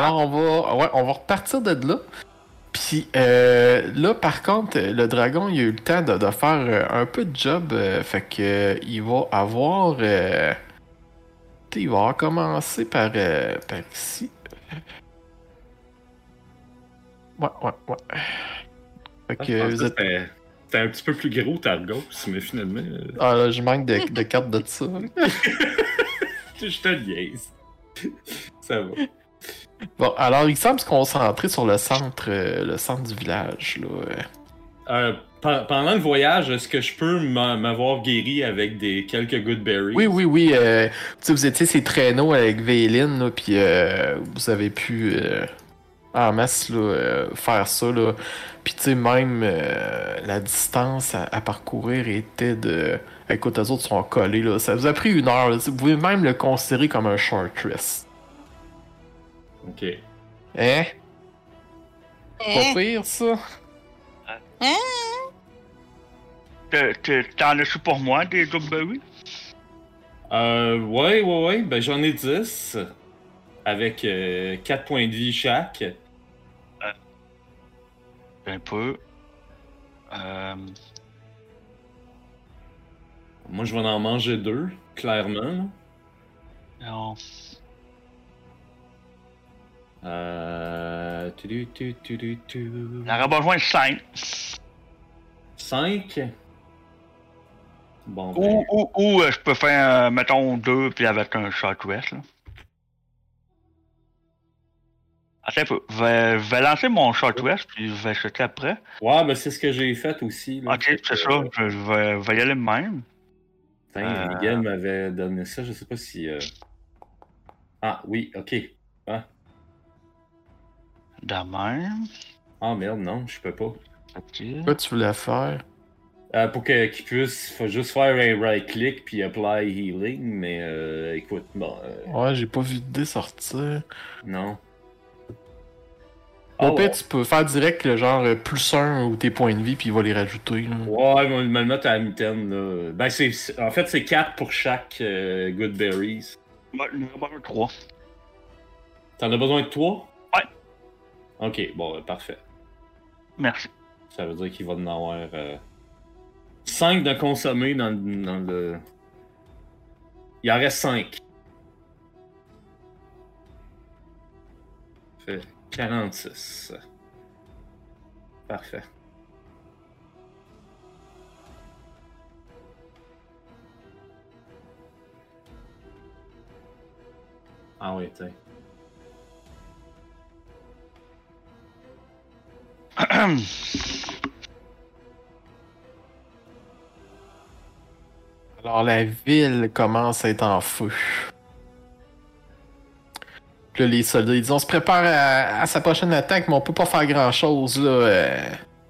Alors, on va repartir de là. Puis là, par contre, le dragon, il a eu le temps de faire un peu de job. Fait que il va avoir... il va avoir commencé par ici. Ouais. Fait Je que pensais vous que êtes... c'était un petit peu plus gros, Targos, mais finalement... Ah là, je manque de cartes de ça. Je te niaise. Ça va. Bon, alors il semble se concentrer sur le centre du village, là. Pendant le voyage, est-ce que je peux m'avoir guéri avec quelques good berries? Oui. Tu sais, vous étiez ces traîneaux avec Véline, là, puis vous avez pu en masse là, faire ça, là. Puis tu sais, même la distance à parcourir était de... Écoute, les autres sont collés, là. Ça vous a pris 1 heure, là. Vous pouvez même le considérer comme un short rest. Ok. Hein? Pas pire, ça? T'en as-tu pour moi, des Goodberry? Ouais. Ben, j'en ai 10. Avec 4 points de vie chaque. Un peu. Moi, je vais en manger 2, clairement. Là. Non. On aurait besoin de 5. 5. Bon, ben... Ou je peux faire, mettons, 2 puis avec un short rest, là. Attends un peu. Je vais lancer mon short rest puis je vais acheter après. Ouais, ben c'est ce que j'ai fait aussi. Là. Ok, c'est ça. Je vais y aller de même. Putain, Miguel m'avait donné ça, je sais pas si... Ah, oui, ok. Ah. De même. Ah, merde, non, je peux pas. Ok. Quoi tu voulais faire? Pour qu'il puisse, faut juste faire un right-click puis apply healing, mais écoute, bon... Ouais, j'ai pas vu de dé sortir. Non. Au pire, tu peux faire direct le genre +1 ou tes points de vie, puis il va les rajouter. Là. Ouais, on va le mettre à la mitaine. Là. Ben, en fait, c'est 4 pour chaque good berries. Ouais, il y en a besoin de 3. T'en as besoin de 3? Ouais. Ok, bon, parfait. Merci. Ça veut dire qu'il va en avoir 5 de consommer dans le... Il en reste 5. Fait 46. Parfait. Ah oui, tiens. Alors, la ville commence à être en feu. Puis là, les soldats, ils disent, on se prépare à sa prochaine attaque, mais on peut pas faire grand-chose, là.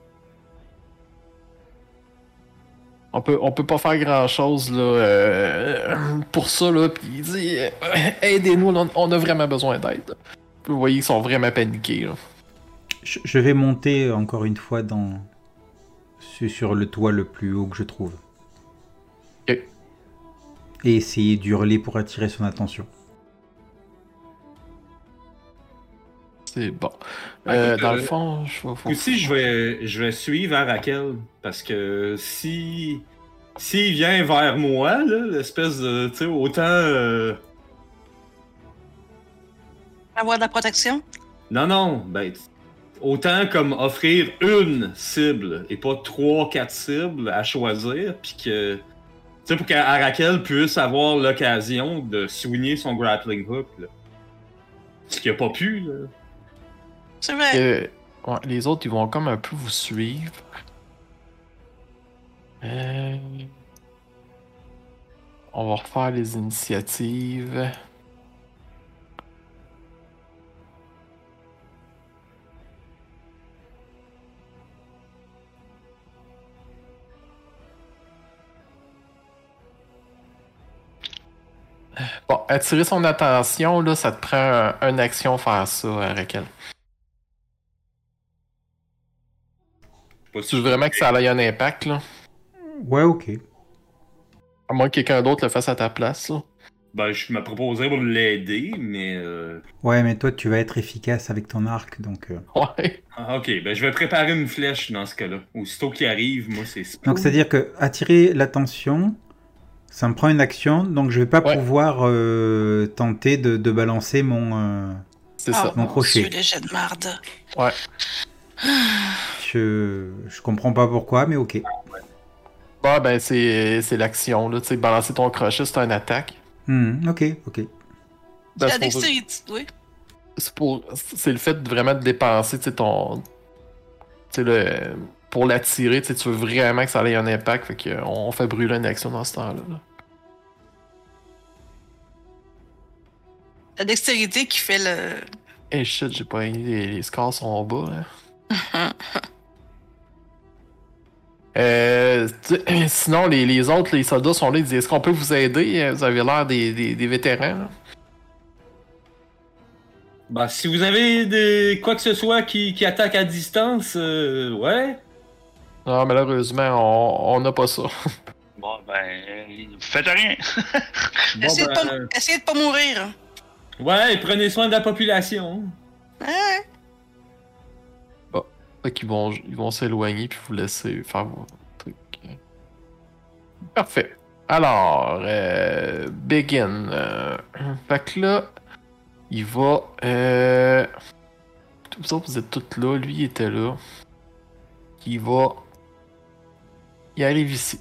On peut pas faire grand-chose, là, pour ça, là. Puis il dit, aidez-nous, là, on a vraiment besoin d'aide. Puis vous voyez, ils sont vraiment paniqués, là. Je vais monter encore une fois sur le toit le plus haut que je trouve. Ok. Et essayer d'hurler pour attirer son attention. C'est bon. Écoute, dans le fond, aussi, je vais suivre Arakel, parce que s'il vient vers moi, là, l'espèce de, tu sais, autant... Avoir de la protection? Non, ben, autant comme offrir une cible, et pas 3-4 cibles à choisir, puis que... Tu sais, pour qu'Arakel puisse avoir l'occasion de soigner son grappling hook, là. Ce qu'il a pas pu, là. C'est vrai. Ouais, les autres, ils vont comme un peu vous suivre. On va refaire les initiatives. Bon, attirer son attention, là, ça te prend une action faire ça, Raquel. Tu veux vraiment que ça ait un impact, là? Ouais, ok. À moins que quelqu'un d'autre le fasse à ta place, là. Ben, je me proposerais pour l'aider, mais... Ouais, mais toi, tu vas être efficace avec ton arc, donc... Ouais. Ah, ok, ben je vais préparer une flèche dans ce cas-là. Aussitôt qu'il arrive, moi, c'est... Donc, c'est-à-dire que attirer l'attention, ça me prend une action, donc je vais pas Ouais. pouvoir tenter de balancer mon... C'est Ah, ça. Mon mon crochet. Dieu, le jet de marde. Ouais. Je comprends pas pourquoi, mais ok. Bah, ben, c'est l'action, là. Tu sais, balancer ton crochet, c'est une attaque. Ok. Ben, La c'est pour- dextérité, oui. c'est le fait de vraiment de dépenser, tu sais, ton. Tu sais, pour l'attirer, tu sais, tu veux vraiment que ça ait un impact, fait qu'on fait brûler une action dans ce temps-là. Là. La dextérité qui fait le... Eh shit, j'ai pas idée, les scores sont bas, hein. Sinon, les autres, les soldats sont là, ils disent est-ce qu'on peut vous aider? Vous avez l'air des vétérans. Là. Ben, si vous avez quoi que ce soit qui attaque à distance, ouais. Non, malheureusement, on n'a pas ça. Bon, ben, faites rien. Bon, Essayez de pas mourir. ouais, prenez soin de la population. Hein? Fait qu'ils vont s'éloigner puis vous laisser faire vos trucs. Parfait. Alors, begin. Fait que là, il va. Vous autres, vous êtes tous là. Lui, il était là. Il va. Il arrive ici.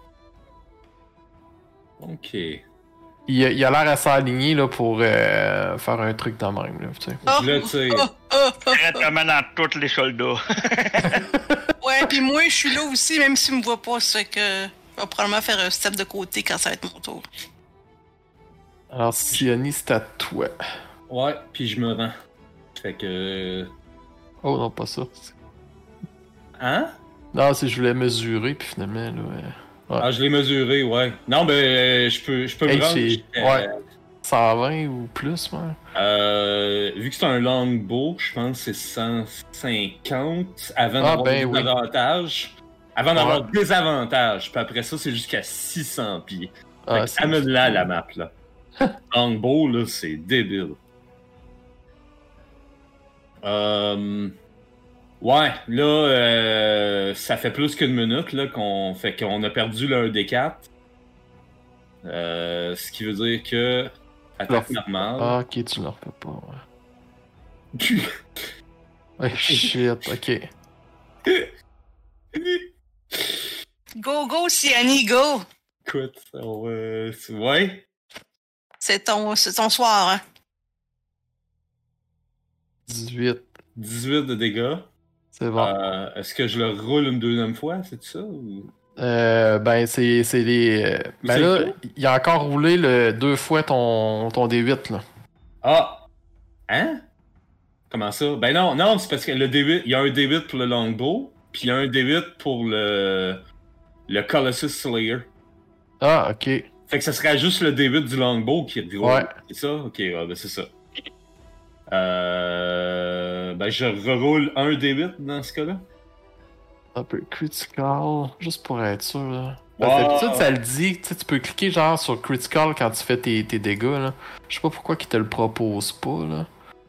Ok. Il a l'air assez aligné là, pour faire un truc de même. Là, tu sais. Je le tire. Directement dans tous les soldats. Ouais, puis moi, je suis là aussi, même s'il me voit pas, c'est que... Je vais probablement faire un step de côté quand ça va être mon tour. Alors, Sioni, c'est à toi. Ouais, puis je me rends. Fait que... Oh non, pas ça. Hein? Non, c'est je voulais mesurer, puis finalement, là. Ouais. Ah, je l'ai mesuré, ouais. Non, ben, je peux Hey, me rendre. c'est- ouais. 120 ou plus, ouais. Vu que c'est un longbow, je pense que c'est 150 avant Ah, d'avoir ben des oui. avantages. Avant d'avoir Ouais. des avantages. Puis après ça, c'est jusqu'à 600 pieds. Ah, Fait que amène-la la map, là. Longbow, là, c'est débile. Ouais, là, ça fait plus qu'une minute là, qu'on a perdu le 1 des 4. Ce qui veut dire que attaque normale. Ah, ok, tu ne le refais pas, ouais. Ouais, shit, ok. Go, Siani, go! Écoute, ouais. C'est ton soir, hein? 18, 18 de dégâts. c'est bon. Est-ce que je le roule une deuxième fois, c'est ça? Ou... Ben, c'est les. Ben C'est là, quoi? il a encore roulé deux fois ton D8, là. Ah! Hein? Comment ça? Ben non, c'est parce que le D8, il y a un D8 pour le longbow, puis il y a un D8 pour le Colossus Slayer. Ah, ok. Fait que ça serait juste le D8 du longbow qui est Ouais. C'est ça? Ok, ouais, ben c'est ça. Ben je reroule un D8 dans ce cas-là. Un peu critical, juste pour être sûr, là. Wow. Parce que d'habitude, ça le dit, tu sais, tu peux cliquer genre sur critical quand tu fais tes dégâts, là. Je sais pas pourquoi qu'il te le propose pas, là.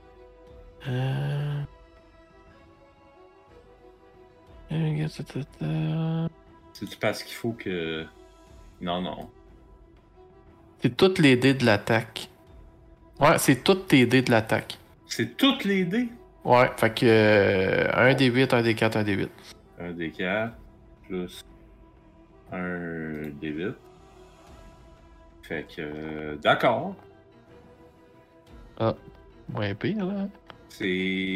C'est parce qu'il faut que... Non. C'est toutes les dés de l'attaque. Ouais, c'est toutes tes dés de l'attaque. C'est toutes les dés? Ouais, fait que un des 8, un des 4, un des 8. Un des 4 plus un des 8. Fait que... d'accord. Moins pire, là. C'est...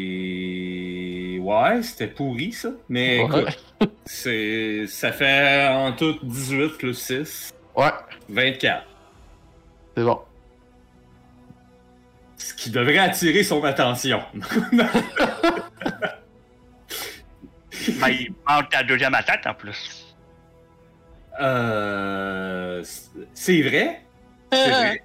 Ouais, c'était pourri, ça. Mais Ouais. écoute, ça fait en tout 18 plus 6. Ouais, 24. c'est bon. Ce qui devrait attirer son attention. Ben, il manque ta deuxième attaque en plus. C'est vrai? C'est vrai.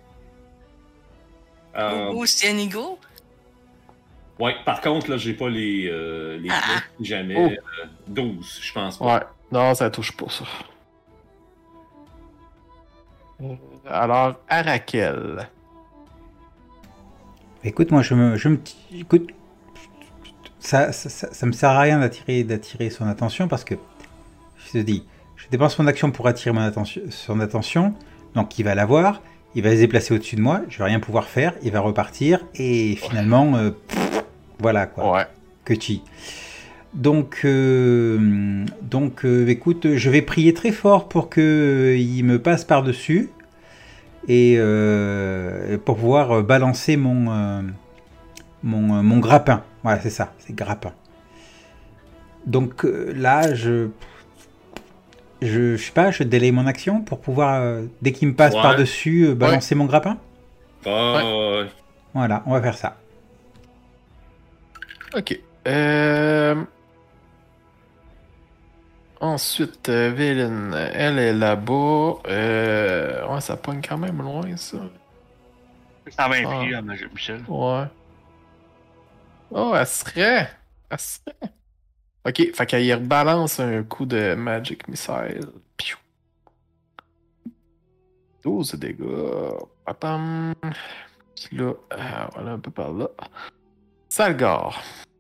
Go, Siani, go! Ouais, par contre, là, j'ai pas les Ah. flèches, jamais. Oh. 12, je pense pas. Ouais, non, ça touche pas, ça. Alors, Arakel. Écoute, moi, écoute, ça me sert à rien d'attirer son attention parce que, je te dis, je dépense mon action pour attirer son attention, donc il va la voir, il va se déplacer au-dessus de moi, je vais rien pouvoir faire, il va repartir, et finalement, voilà quoi, Ouais. que chi. Donc, écoute, je vais prier très fort pour qu'il me passe par-dessus, et pour pouvoir balancer mon grappin. Voilà, c'est ça, c'est grappin. Donc là, je sais pas, je délaye mon action pour pouvoir, dès qu'il me passe Ouais. par-dessus, balancer mon grappin. Ouais. Voilà, on va faire ça. Ok. Ensuite, Vélin, elle est là-bas. Ouais, ça pogne quand même loin, ça. 120 Ah. pieds, Michel. Ouais. Oh, elle serait. Ok, fait qu'elle y rebalance un coup de Magic Missile. Piou. 12 de dégâts. Papam. Puis là, voilà, un peu par là. Salgar.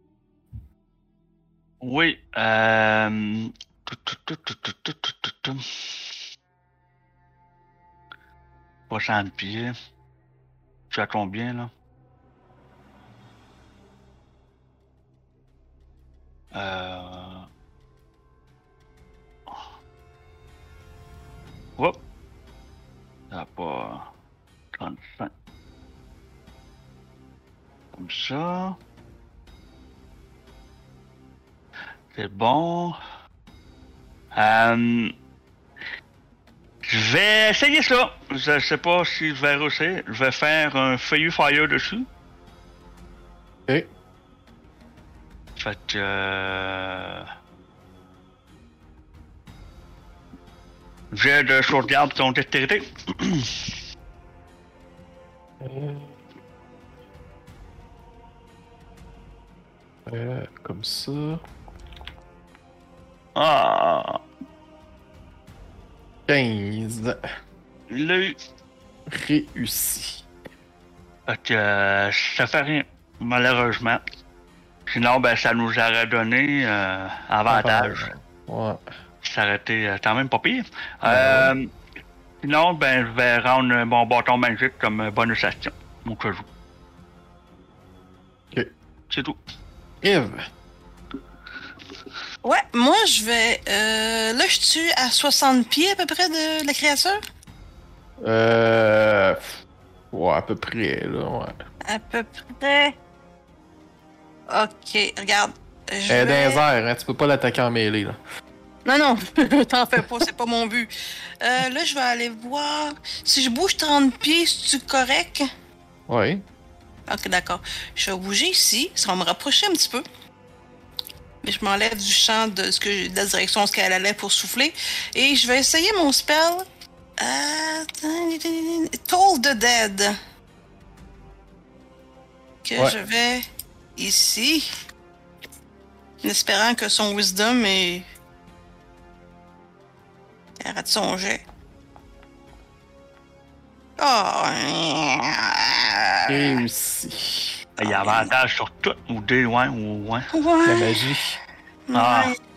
Oui. 60 pieds. Tu as combien, là? Hop. Ça n'a pas... 35. Comme ça. C'est bon. Je vais essayer ça. Je sais pas si je vais réussir. Je vais faire un feuillu fire dessus. Ok. Fait que... J'ai de sauvegarde qui ont dextérité. Comme ça. Ah! 15. Il l'a eu. Réussi. Fait que ça fait rien, malheureusement. Sinon, ben, ça nous aurait donné avantage. Ouais. Ça aurait été quand même pas pire. Sinon, ben, je vais rendre mon bâton magique comme bonus action. Mon cas joue. Ok. C'est tout. Eve. Ouais, moi je vais. Là, je suis à 60 pieds à peu près de la créature. Ouais, à peu près, là, ouais. À peu près. Ok, regarde. Je Elle est dans vais... les airs, hein, tu peux pas l'attaquer en mêlée, là. Non, t'en fais pas, c'est pas mon but. Là, je vais aller voir. Si je bouge 30 pieds, c'est-tu correct? Ouais. Ok, d'accord. Je vais bouger ici, ça va me rapprocher un petit peu. Mais je m'enlève du champ de la direction où elle allait pour souffler. Et je vais essayer mon spell. Toll the Dead. Que Ouais. je vais ici. En espérant que son wisdom est. Arrête son jet. Oh! Réussi. Il y a avantage sur tout, ou des, ouais, ou ouais. La Ouais. magie. Ah. Ouais.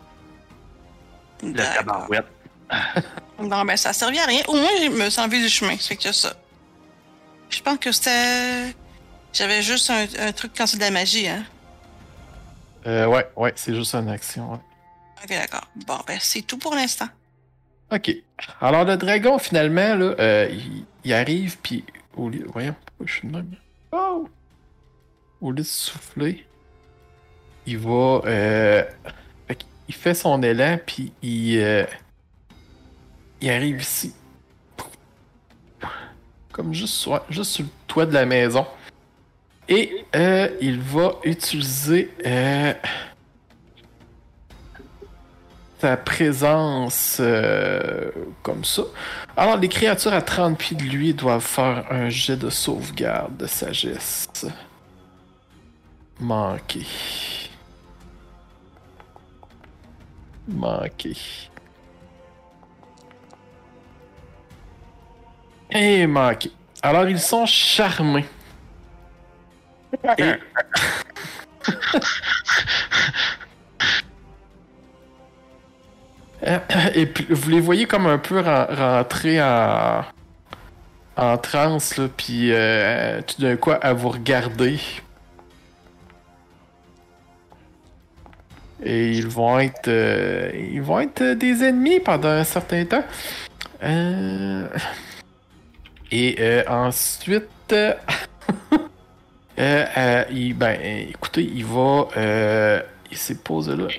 Le D'accord. tabarouette. Bon, ben, ça servait à rien. Au moins, je me suis enlevé du chemin. Ça fait que ça. Je pense que c'était. J'avais juste un truc quand c'est de la magie, hein. Ouais, c'est juste une action, ouais. Ok, d'accord. Bon, ben, c'est tout pour l'instant. Ok. Alors, le dragon, finalement, là, il arrive, puis au lieu... Voyons, pourquoi je suis de même? Oh! Au lieu de souffler, il va... il fait son élan, puis il arrive ici. Comme juste sur le toit de la maison. Et il va utiliser sa présence comme ça. Alors, les créatures à 30 pieds de lui doivent faire un jet de sauvegarde de sagesse. Manqué. Et manqué. Alors, ils sont charmés. Et... Et puis, vous les voyez comme un peu rentrer en transe, là, puis tout d'un coup, à vous regarder. Et ils vont être des ennemis pendant un certain temps. Et ensuite, écoutez, il va, il s'est posé là.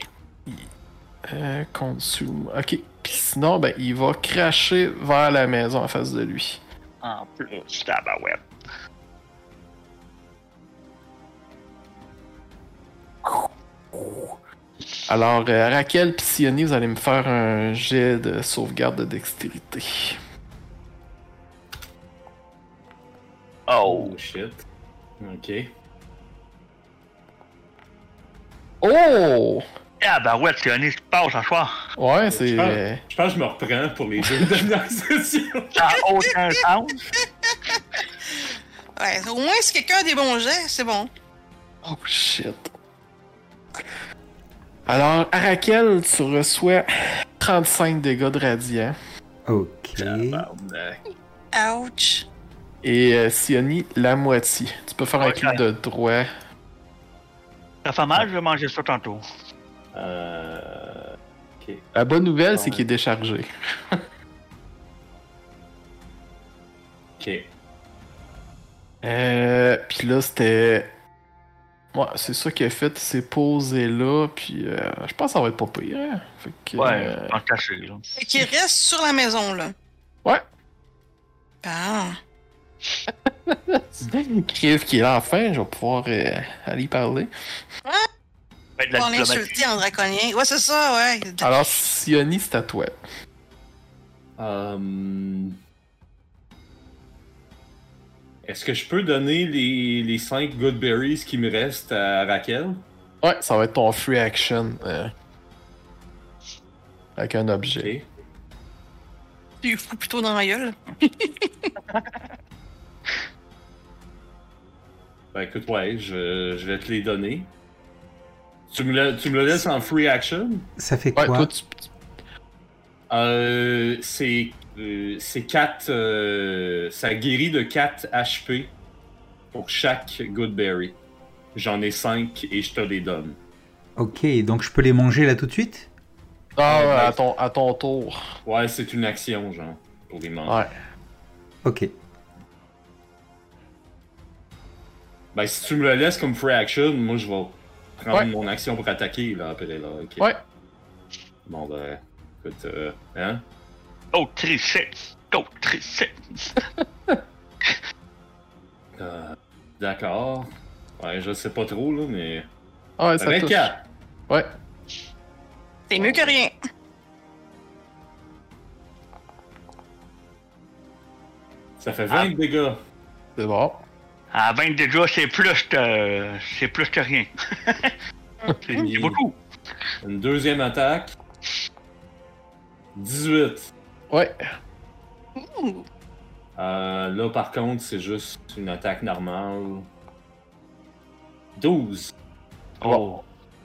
Consume. Ok. Puis sinon, il va cracher vers la maison en face de lui. En plus, tabarouette. Alors, Raquel et Sioni, vous allez me faire un jet de sauvegarde de dextérité. Oh shit. Ok. Oh! Ah bah ouais, c'est un qui passe ce soir. Ouais, c'est... Je pense que je me reprends pour les deux dernières sessions. Ça a aucun sens. Ouais, au moins, si quelqu'un a des bons jets, c'est bon. Oh shit. Alors, Raquel, tu reçois 35 dégâts de radiant. Ok. Tabarnak. Ouch. Et Sioni, la moitié. Tu peux faire un clic de droit. Ça fait mal, je vais manger ça tantôt. Ok. La bonne nouvelle, c'est qu'il est déchargé. Ok. Puis là, c'était... Ouais, c'est ça qu'il a fait, il s'est posé là, puis je pense que ça va être pas pire. Hein? Fait que, Ouais, en caché, là. Fait qu'il reste sur la maison, là. Ouais. Ah. Crève qui est là enfin, je vais pouvoir aller y parler. Fait de la Pour diplomatie. l'insulter en draconien. Ouais, c'est ça, ouais. Alors, Sioni, c'est à toi. Est-ce que je peux donner les 5 good berries qui me restent à Raquel? Ouais, ça va être ton free action. Avec un objet. Ok. Tu fous plutôt dans la gueule. Ben écoute, ouais, je vais te les donner. Tu me le laisses en free action? Ça fait Ouais, quoi? toi, C'est 4... ça guérit de 4 HP pour chaque good berry. J'en ai 5 et je te les donne. Ok, donc je peux les manger là tout de suite? Ah, Ouais, à ton tour. Ouais, c'est une action, genre, pour les manger. Ouais. Ok. Ben, si tu me le laisses comme free action, moi, je vais prendre Ouais. mon action pour attaquer, là, après, là. Ok. Ouais. Bon, ben, écoute, hein? Oh, triché. Oh, triché. D'accord. Ouais, je sais pas trop, là, mais... Ah ouais, ça touche. 24. Ouais. C'est mieux que rien. Ça fait 20 dégâts. C'est bon. À 20 déjà, c'est plus que rien. C'est beaucoup. Une deuxième attaque. 18. Ouais. Ouh. Là, par contre, c'est juste une attaque normale. 12. Oh.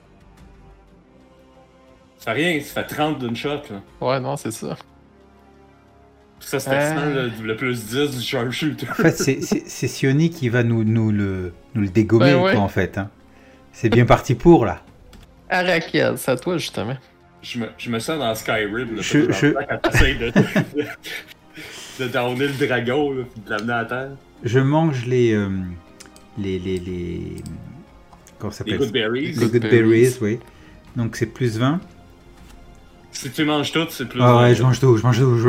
Ça fait rien, ça fait 30 d'une shot, là. Ouais, non, c'est ça. Ça, c'était sans le plus 10 du sharpshooter. En fait, c'est Sioni qui va nous le dégommer, Ouais, ouais. quoi, en fait. Hein. C'est bien parti pour, là. À Raquel, c'est à toi, justement. Je me sens dans Skyrim, là, Je- quand t'essayes de downer le dragon, là, puis de l'amener à terre. Je mange les comment ça Les s'appelle? good berries. Les good berries, oui. Donc c'est plus 20. Si tu manges tout, c'est plus... Ah ouais, je mange tout, je mange tout.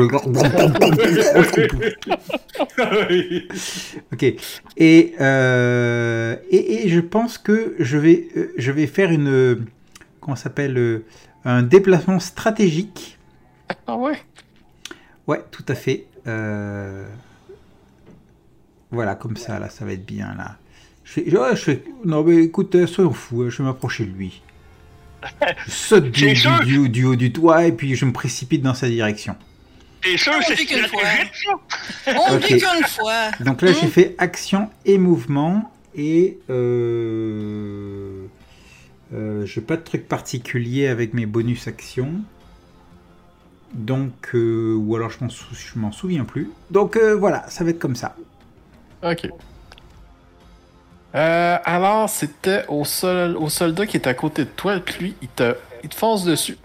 Ok. Et je pense que je vais faire une... Comment ça s'appelle? Un déplacement stratégique. Ah ouais? Ouais, tout à fait. Voilà, comme ça, là, ça va être bien, là. Non, mais écoute, soyons fous, je vais m'approcher de lui. Je saute du haut du toit et puis je me précipite dans sa direction. T'es sûr On que c'est dit qu'une fois. stratégique, ça? On Ok. dit qu'une fois. Donc là, j'ai fait action et mouvement. Et j'ai pas de truc particulier avec mes bonus actions. Donc, ou alors je m'en souviens plus. Donc voilà, ça va être comme ça. Ok. Alors, c'était au soldat qui est à côté de toi, puis lui, il te fonce dessus.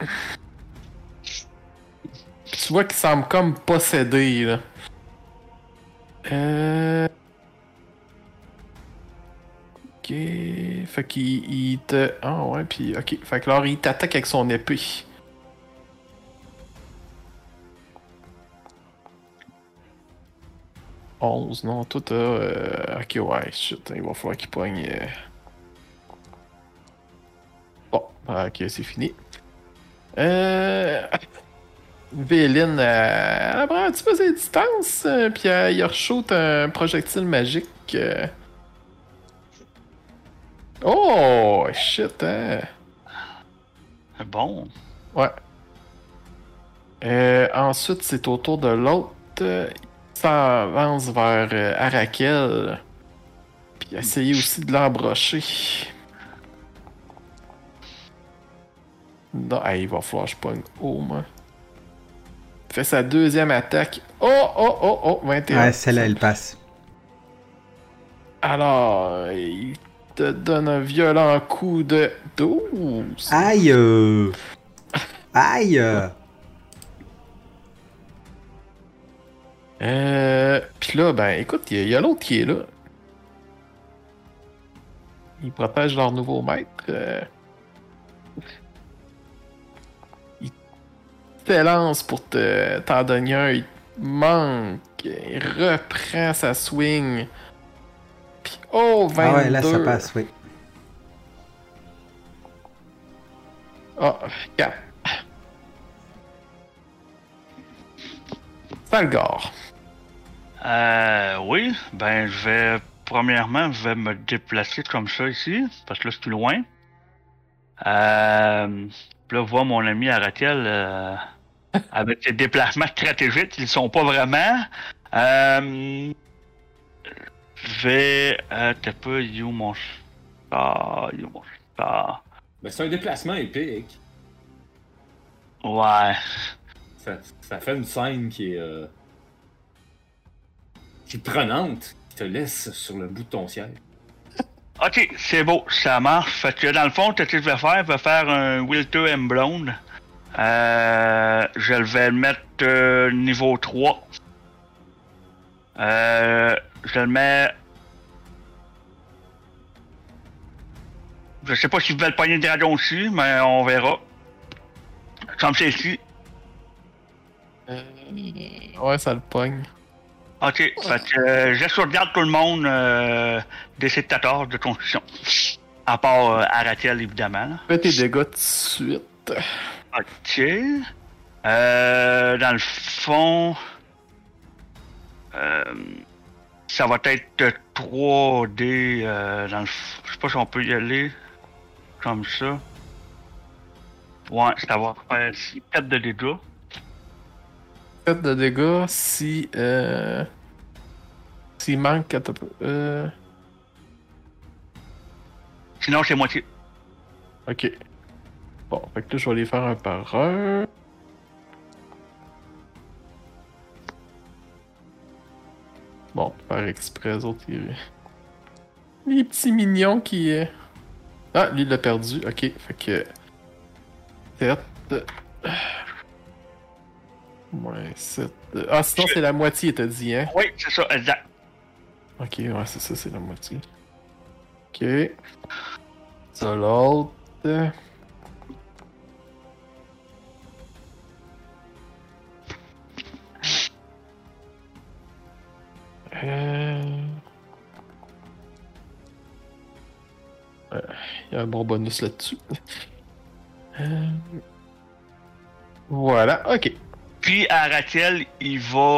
Puis tu vois qu'il semble comme possédé, là. Ok. Fait qu'il te. Ah ouais, puis ok. Fait que alors, il t'attaque avec son épée. « 11, non, toi t'as... Ok, ouais, shit, il va falloir qu'il pogne... Bon, ok, c'est fini. Véline, elle prend un petit peu ses distances, puis il reshoot un projectile magique. Oh, shit, hein. Bon. Ouais. Ensuite, c'est au tour de l'autre. Il s'avance vers Arakel. Puis essayer aussi de l'embrocher. Non, il va falloir que je pogne haut, moi. Il fait sa deuxième attaque. Oh, 21. Ouais, celle-là, elle passe. Alors, il te donne un violent coup de 12. Aïe Aïe Puis là, ben écoute, il y a l'autre qui est là. Ils protègent leur nouveau maître. Il t'élance pour t'en donner un. Il manque. Il reprend sa swing. Puis oh, 22. Ah ouais, là, ça passe, oui. Ah, 4. Salgar. Oui, ben je vais premièrement je vais me déplacer comme ça ici, parce que là c'est plus loin. Puis là voir mon ami Arakel avec ses déplacements stratégiques, ils sont pas vraiment. Je vais t'as pas you mon star. Ben, c'est un déplacement épique. Ouais. Ça fait une scène qui est prenante, qui te laisse sur le bout de ton siège. Ok, c'est beau, ça marche. Fait que dans le fond, ce que je vais faire un Wilter and Blonde. Je vais le mettre niveau 3. Je le mets. Je sais pas si je vais le pogner de dragon aussi, mais on verra. Comme c'est ici. Ouais, ça le pogne. Ok, fait que je sauvegarde tout le monde des 14 de construction. À part Arakel, évidemment. Là. Fais tes dégâts tout de suite. Ok. Dans le fond. Ça va être 3D dans le. Je sais pas si on peut y aller comme ça. Ouais, ça va faire 4 de dégâts. 4 de dégâts si. S'il manque. Sinon, c'est moitié. Ok. Bon, fait que là, je vais les faire un par un. Bon, par exprès, les autres, les petits mignons qui. Ah, lui, il l'a perdu. Ok, fait que. 7. Moins 7. Ah, sinon, c'est la moitié, t'as dit, hein? Oui, c'est ça, exact. Ok, ouais, c'est ça, c'est la moitié. Ok. Ça, l'autre. Il y a un bon bonus là-dessus. Voilà, ok. Puis Arakel, il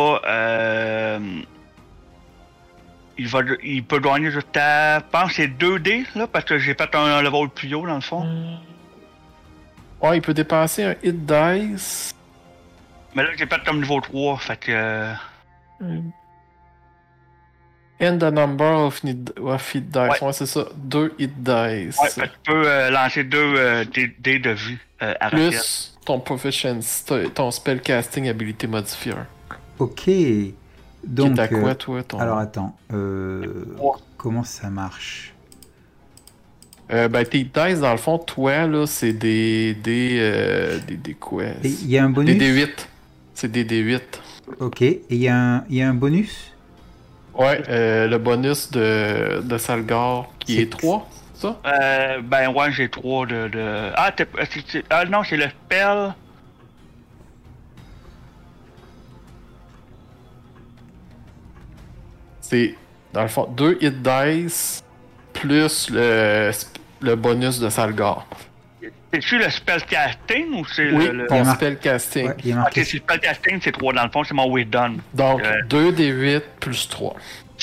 peut gagner jusqu'à, je pense, c'est 2D, là, parce que j'ai fait un level plus haut, dans le fond. Ouais, il peut dépasser un hit dice. Mais là, j'ai fait comme niveau 3, fait que... And the number of hit dice. Ouais, c'est ça. 2 hit dice. Ouais, fait que tu peux lancer 2 dés de vue à Raquel. Plus ton proficiency, ton spellcasting ability modifier. Ok. Donc, Donc, à quoi, toi, ton... alors attends, comment ça marche? Ben, tes dice, dans le fond, toi, là, c'est des quoi? Et il y a un bonus? Des D8. C'est des D8. Ok, et il y a un bonus? Ouais, le bonus de Salgar, qui est 3, c'est ça? Ben ouais, j'ai 3 de... Ah, non, c'est le spell. C'est, dans le fond, 2 hit dice plus le bonus de Salgar. C'est-tu le spellcasting ou c'est Oui, le... ton spellcasting. Ouais, il est Ok, marqué. c'est le spellcasting, c'est 3 dans le fond, c'est mon wisdom. Donc, 2 des 8 plus 3.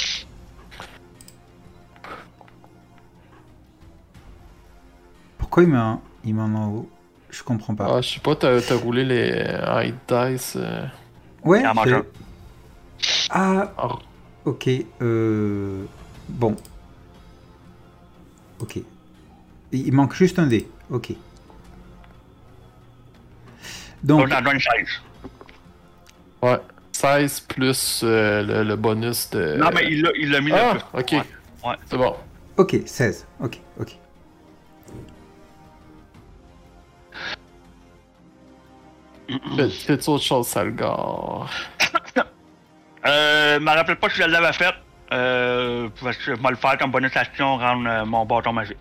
Pourquoi il m'en en haut? Je comprends pas. Ah, je sais pas, t'as roulé les hit dice. Ouais, Il en manque un. Ah, Ah, ok. Bon. Ok. Il manque juste un dé. Ok. Donc, Donc, j'en donne 16. ouais. 16 plus le bonus de... Non, mais il l'a mis Ah, là. ok. Ouais. C'est bon. ok, 16. Ok. Fais-tu autre chose, Salgar? Me rappelle pas si je l'avais fait. Parce que je vais le faire comme bonus action, rendre mon bâton magique.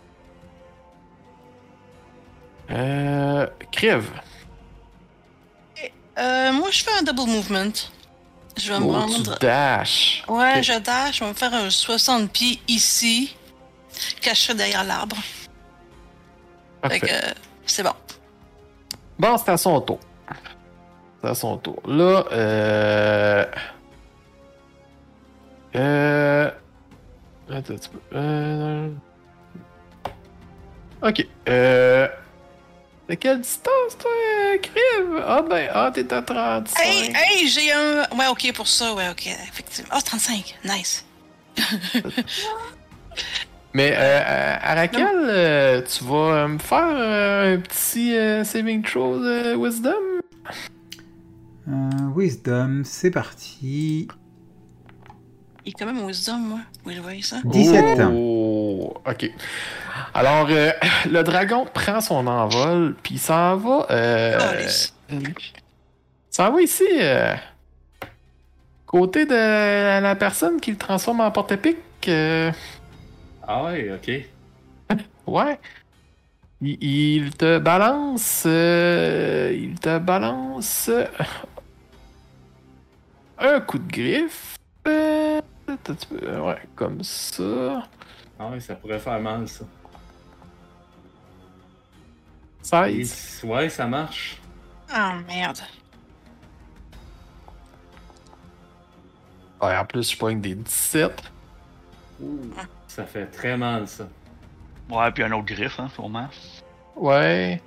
Crève. Moi, je fais un double movement. Je vais me Oh, tu rendre. dash. Ouais, Ok. je dash. Je vais me faire un 60 pieds ici, caché derrière l'arbre. Fait Parfait. que c'est bon. Bon, c'est à son tour. C'est à son tour. Là, attends un petit peu. Ok. De quelle distance, toi, Crève? Ah ben, t'es à 35. Hey, j'ai un. Ouais, ok, pour ça, ouais, ok, effectivement. Ah, 35, nice. Mais, Arakel, tu vas me faire un petit saving throw de Wisdom? Wisdom, c'est parti. Il est quand même wisdom, moi. Oui, je vois ça. 17. Oh, ok. Alors, le dragon prend son envol, puis il s'en va. Calice. S'en va ici, côté de la personne qui le transforme en porte-épic. Ah ouais, ok. Ouais. Il te balance. Il te balance. Un coup de griffe. Ouais, comme ça. Ah ouais, ça pourrait faire mal, ça. 16. Ouais, ça marche. Ah, merde. Ouais, en plus, je pogne des 17. Ouh, ça fait très mal, ça. Ouais, puis un autre griffe, hein, sûrement. Ouais.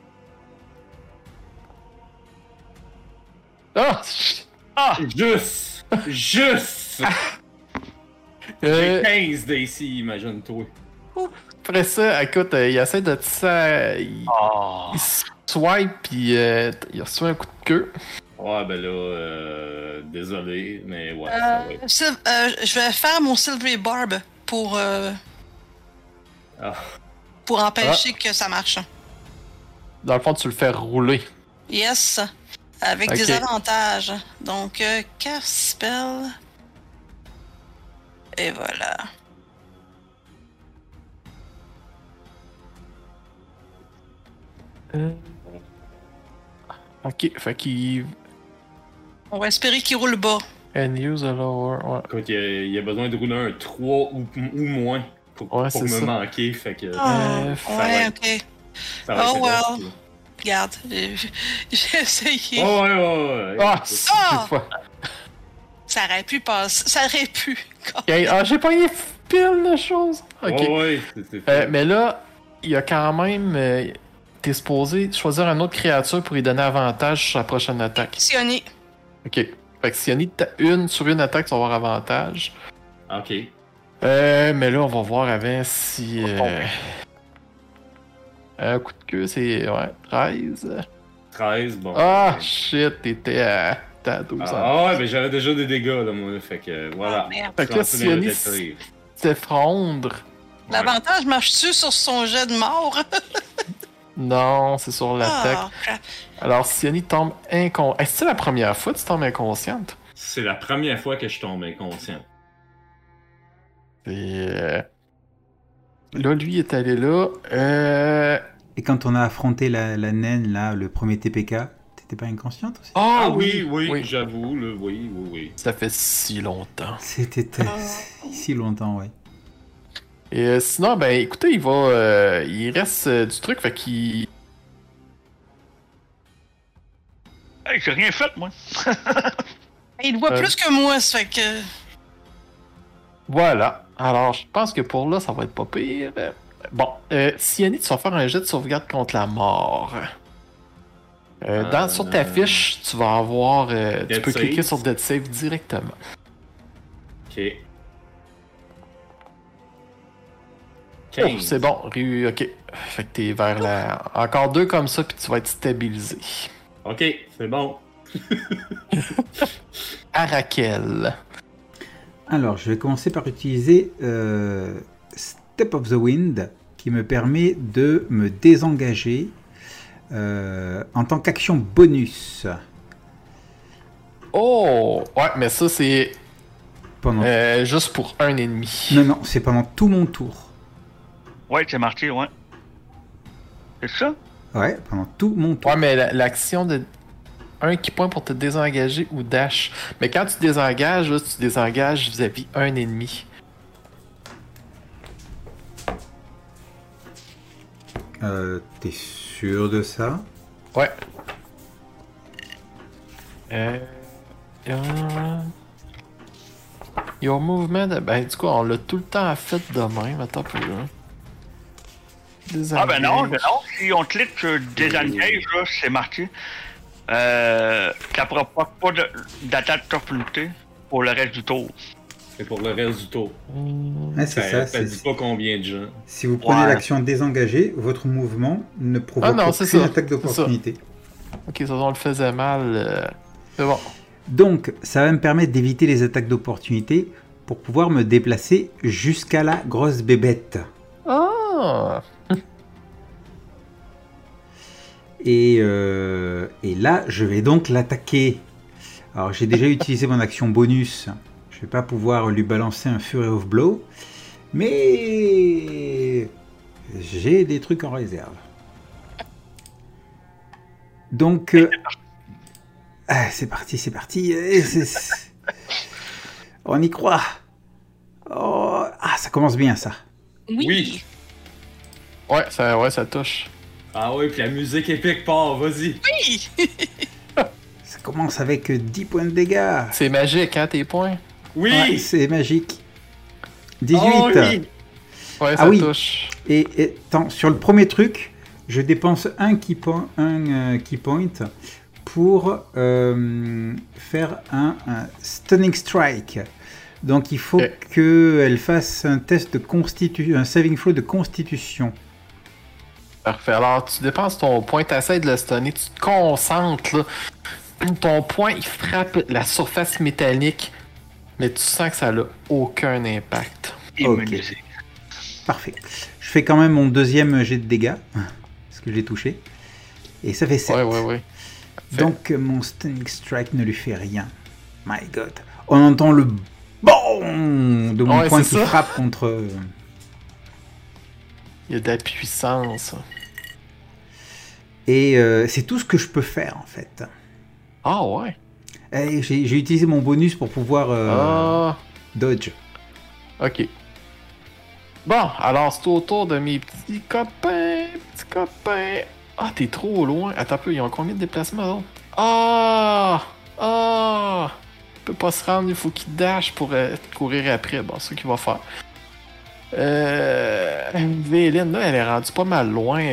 Ah! Ah! Juste! Juste! J'ai Euh, 15 d'ici, imagine-toi. après ça, écoute, il essaie de il Oh. swipe, puis il reçoit un coup de queue. Ouais, ben là, désolé, mais ouais, ça va être... Je vais faire mon Silvery Barb pour Ah, empêcher que ça marche. Dans le fond, tu le fais rouler. Yes. Avec Ok. des avantages. Donc, cast spell. Et voilà. Ok, fait qu'il. On va espérer qu'il roule bas. And use a lower. Ouais. écoute, il y a besoin de rouler un 3 ou moins pour Ouais, c'est me ça. manquer, fait que Ah, ça va ouais, être- ok. ça va Oh, être well. rough, Regarde, j'ai essayé. là. Oh, ouais. Ah, c'est Ah! fois. Ça aurait pu passer. Ça aurait pu. Ok, ah, j'ai pogné pile de choses. Ok. Ouais, c'est Mais là, il y a quand même. T'es supposé choisir une autre créature pour lui donner avantage sur sa prochaine attaque. Sionné. Ok. Fait que si il y en a une sur une attaque, tu vas avoir avantage. Ok. Mais là, on va voir avant si... un coup de queue, c'est... Ouais, 13. 13, bon. Ah, shit, t'étais à 12 ans. Ah ouais, ben j'avais déjà des dégâts, là, moi. Fait que, voilà. Ah, merde. Fait que là, Sionis s'effondre. L'avantage marche-tu sur son jet de mort? Non, c'est sur l'attaque. Ah, crap. Alors, Sioni tombe inconsciente. Est-ce que c'est la première fois que tu tombes inconsciente? C'est la première fois que je tombe inconscient. Et là, lui est allé là. Et quand on a affronté la naine, là, le premier TPK, t'étais pas inconsciente aussi? Ah oui, j'avoue, là, oui. Ça fait si longtemps. C'était si longtemps, ouais. Et sinon, ben écoutez, il reste du truc, fait qu'il... Hey, j'ai rien fait, moi. Il voit plus que moi, ça fait que... Voilà. Alors, je pense que pour là, ça va être pas pire. Bon, Siani, tu vas faire un jet de sauvegarde contre la mort. Sur ta fiche, tu vas avoir... tu peux cliquer sur Dead Save directement. Ok. Oh, c'est bon, ok. Fait que t'es vers la... Encore 2 comme ça, puis tu vas être stabilisé. Ok, c'est bon. Arakel. Alors, je vais commencer par utiliser Step of the Wind, qui me permet de me désengager en tant qu'action bonus. Oh! Ouais, mais ça, c'est... Pendant... juste pour un ennemi. Non, c'est pendant tout mon tour. Ouais, c'est marqué, ouais. C'est ça? Ouais, pendant tout mon tour. Ouais, mais l'action de... Un qui point pour te désengager ou dash. Mais quand tu désengages, là, tu désengages vis-à-vis un ennemi. T'es sûr de ça? Ouais. Your movement... Ben, du coup, on l'a tout le temps fait de même. Attends un peu, là. Ah ben non. Si on clique sur Désengage, là, c'est marqué. Ça provoque pas d'attaque d'opportunité pour le reste du tour. C'est pour le reste du tour. Ouais, c'est ça. Ça dit pas combien de gens. Si vous prenez l'action désengagée, votre mouvement ne provoque aucune attaque d'opportunité. Ok, ça on le faisait mal. C'est bon. Donc, ça va me permettre d'éviter les attaques d'opportunité pour pouvoir me déplacer jusqu'à la grosse bébête. Ah! Et là, je vais donc l'attaquer. Alors, j'ai déjà utilisé mon action bonus. Je vais pas pouvoir lui balancer un Fury of Blow. Mais j'ai des trucs en réserve. Donc... c'est parti. On y croit. Oh, ça commence bien, ça. Oui. Ouais, ça touche. Ah oui, puis la musique épique part, vas-y. Oui. Ça commence avec 10 points de dégâts. C'est magique, hein, tes points? Oui! Ouais, c'est magique. 18. Oh, oui. Ouais, ça touche. Et attends, sur le premier truc, je dépense un key point pour faire un Stunning Strike. Donc il faut qu'elle fasse un test de un saving throw de constitution. Parfait. Alors, tu dépenses ton point, tu essaies de le stunner, tu te concentres, là. Ton point, il frappe la surface métallique, mais tu sens que ça n'a aucun impact. Immunisé. Parfait. Je fais quand même mon deuxième jet de dégâts, parce que j'ai touché. Et ça fait 7. Ouais. Donc mon Stunning Strike ne lui fait rien. My God. On entend le BOOM de mon point qui frappe contre... Il y a de la puissance. Et c'est tout ce que je peux faire, en fait. Ah ouais? J'ai utilisé mon bonus pour pouvoir dodge. Ok. Bon, alors c'est au tour de mes petits copains. Ah, t'es trop loin. Attends un peu, ils ont combien de déplacements, eux? Ah! Il peut pas se rendre, il faut qu'il dash pour courir après. Bon, c'est ce qu'il va faire. Véline, là, elle est rendue pas mal loin.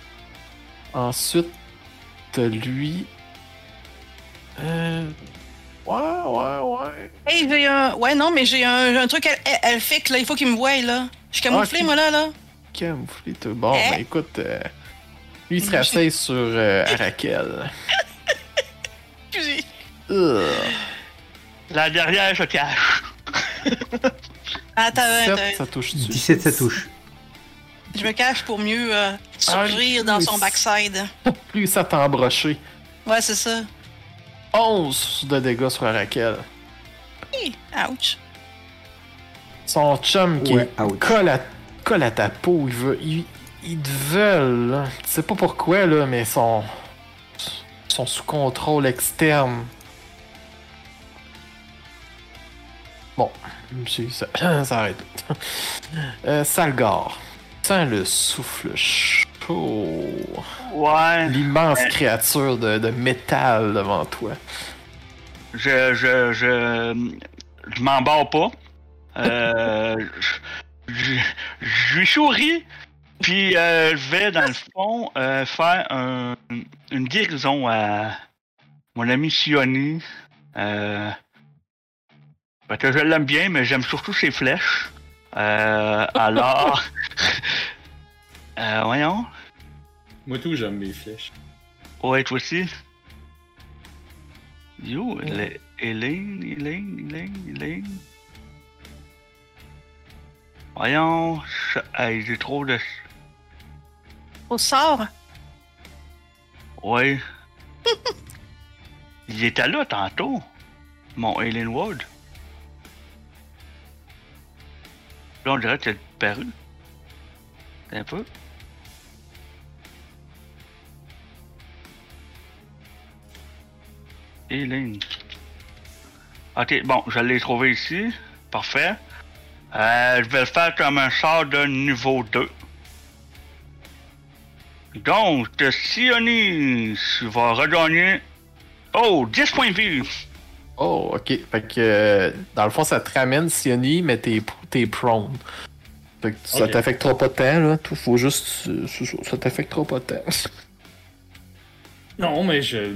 Ensuite, lui... Ouais. Hey, j'ai un. Ouais, non, mais j'ai un truc elfique, là. Il faut qu'il me voie, là. Je suis camouflé, Ok. moi, là. Camouflé, tout. Bon, Eh? ben écoute, lui, il se rasseye sur Arakel. Excusez. La derrière se cache. Attends, 17, ça touche dessus. 17, ça touche. Je me cache pour mieux surgir dans son backside. Plus ça t'a embroché. Ouais, c'est ça. 11 de dégâts sur Arakel. Hi, ouch. Son chum qui Ouais, ouch. colle à ta peau, ils te veulent, là. Tu sais pas pourquoi, là, mais sont sous contrôle externe. Bon, ça arrête. Salgar, sens le souffle chaud. Ouais. L'immense créature de métal devant toi. Je m'embarre pas. Je lui souris, puis je vais dans le fond faire une guérison à mon ami Sioni. Parce que je l'aime bien, mais j'aime surtout ses flèches. Alors, voyons. Moi tout, j'aime mes flèches. Ouais, toi aussi. Yo, Elaine. Voyons, hey, j'ai trop de... Au sort. Ouais. Il était là tantôt, mon Alien Ward. Là, on dirait qu'il a disparu. Un peu. Alien. Ok, bon, je l'ai trouvé ici. Parfait. Je vais le faire comme un sort de niveau 2. Donc, Sioni va regagner... Oh, 10 points de vie. Oh, ok. Fait que, dans le fond, ça te ramène Sioni, mais t'es prone. Fait que ça Ok. t'affectera pas tant, là. Faut juste... Ça t'affectera pas tant. Non, mais je...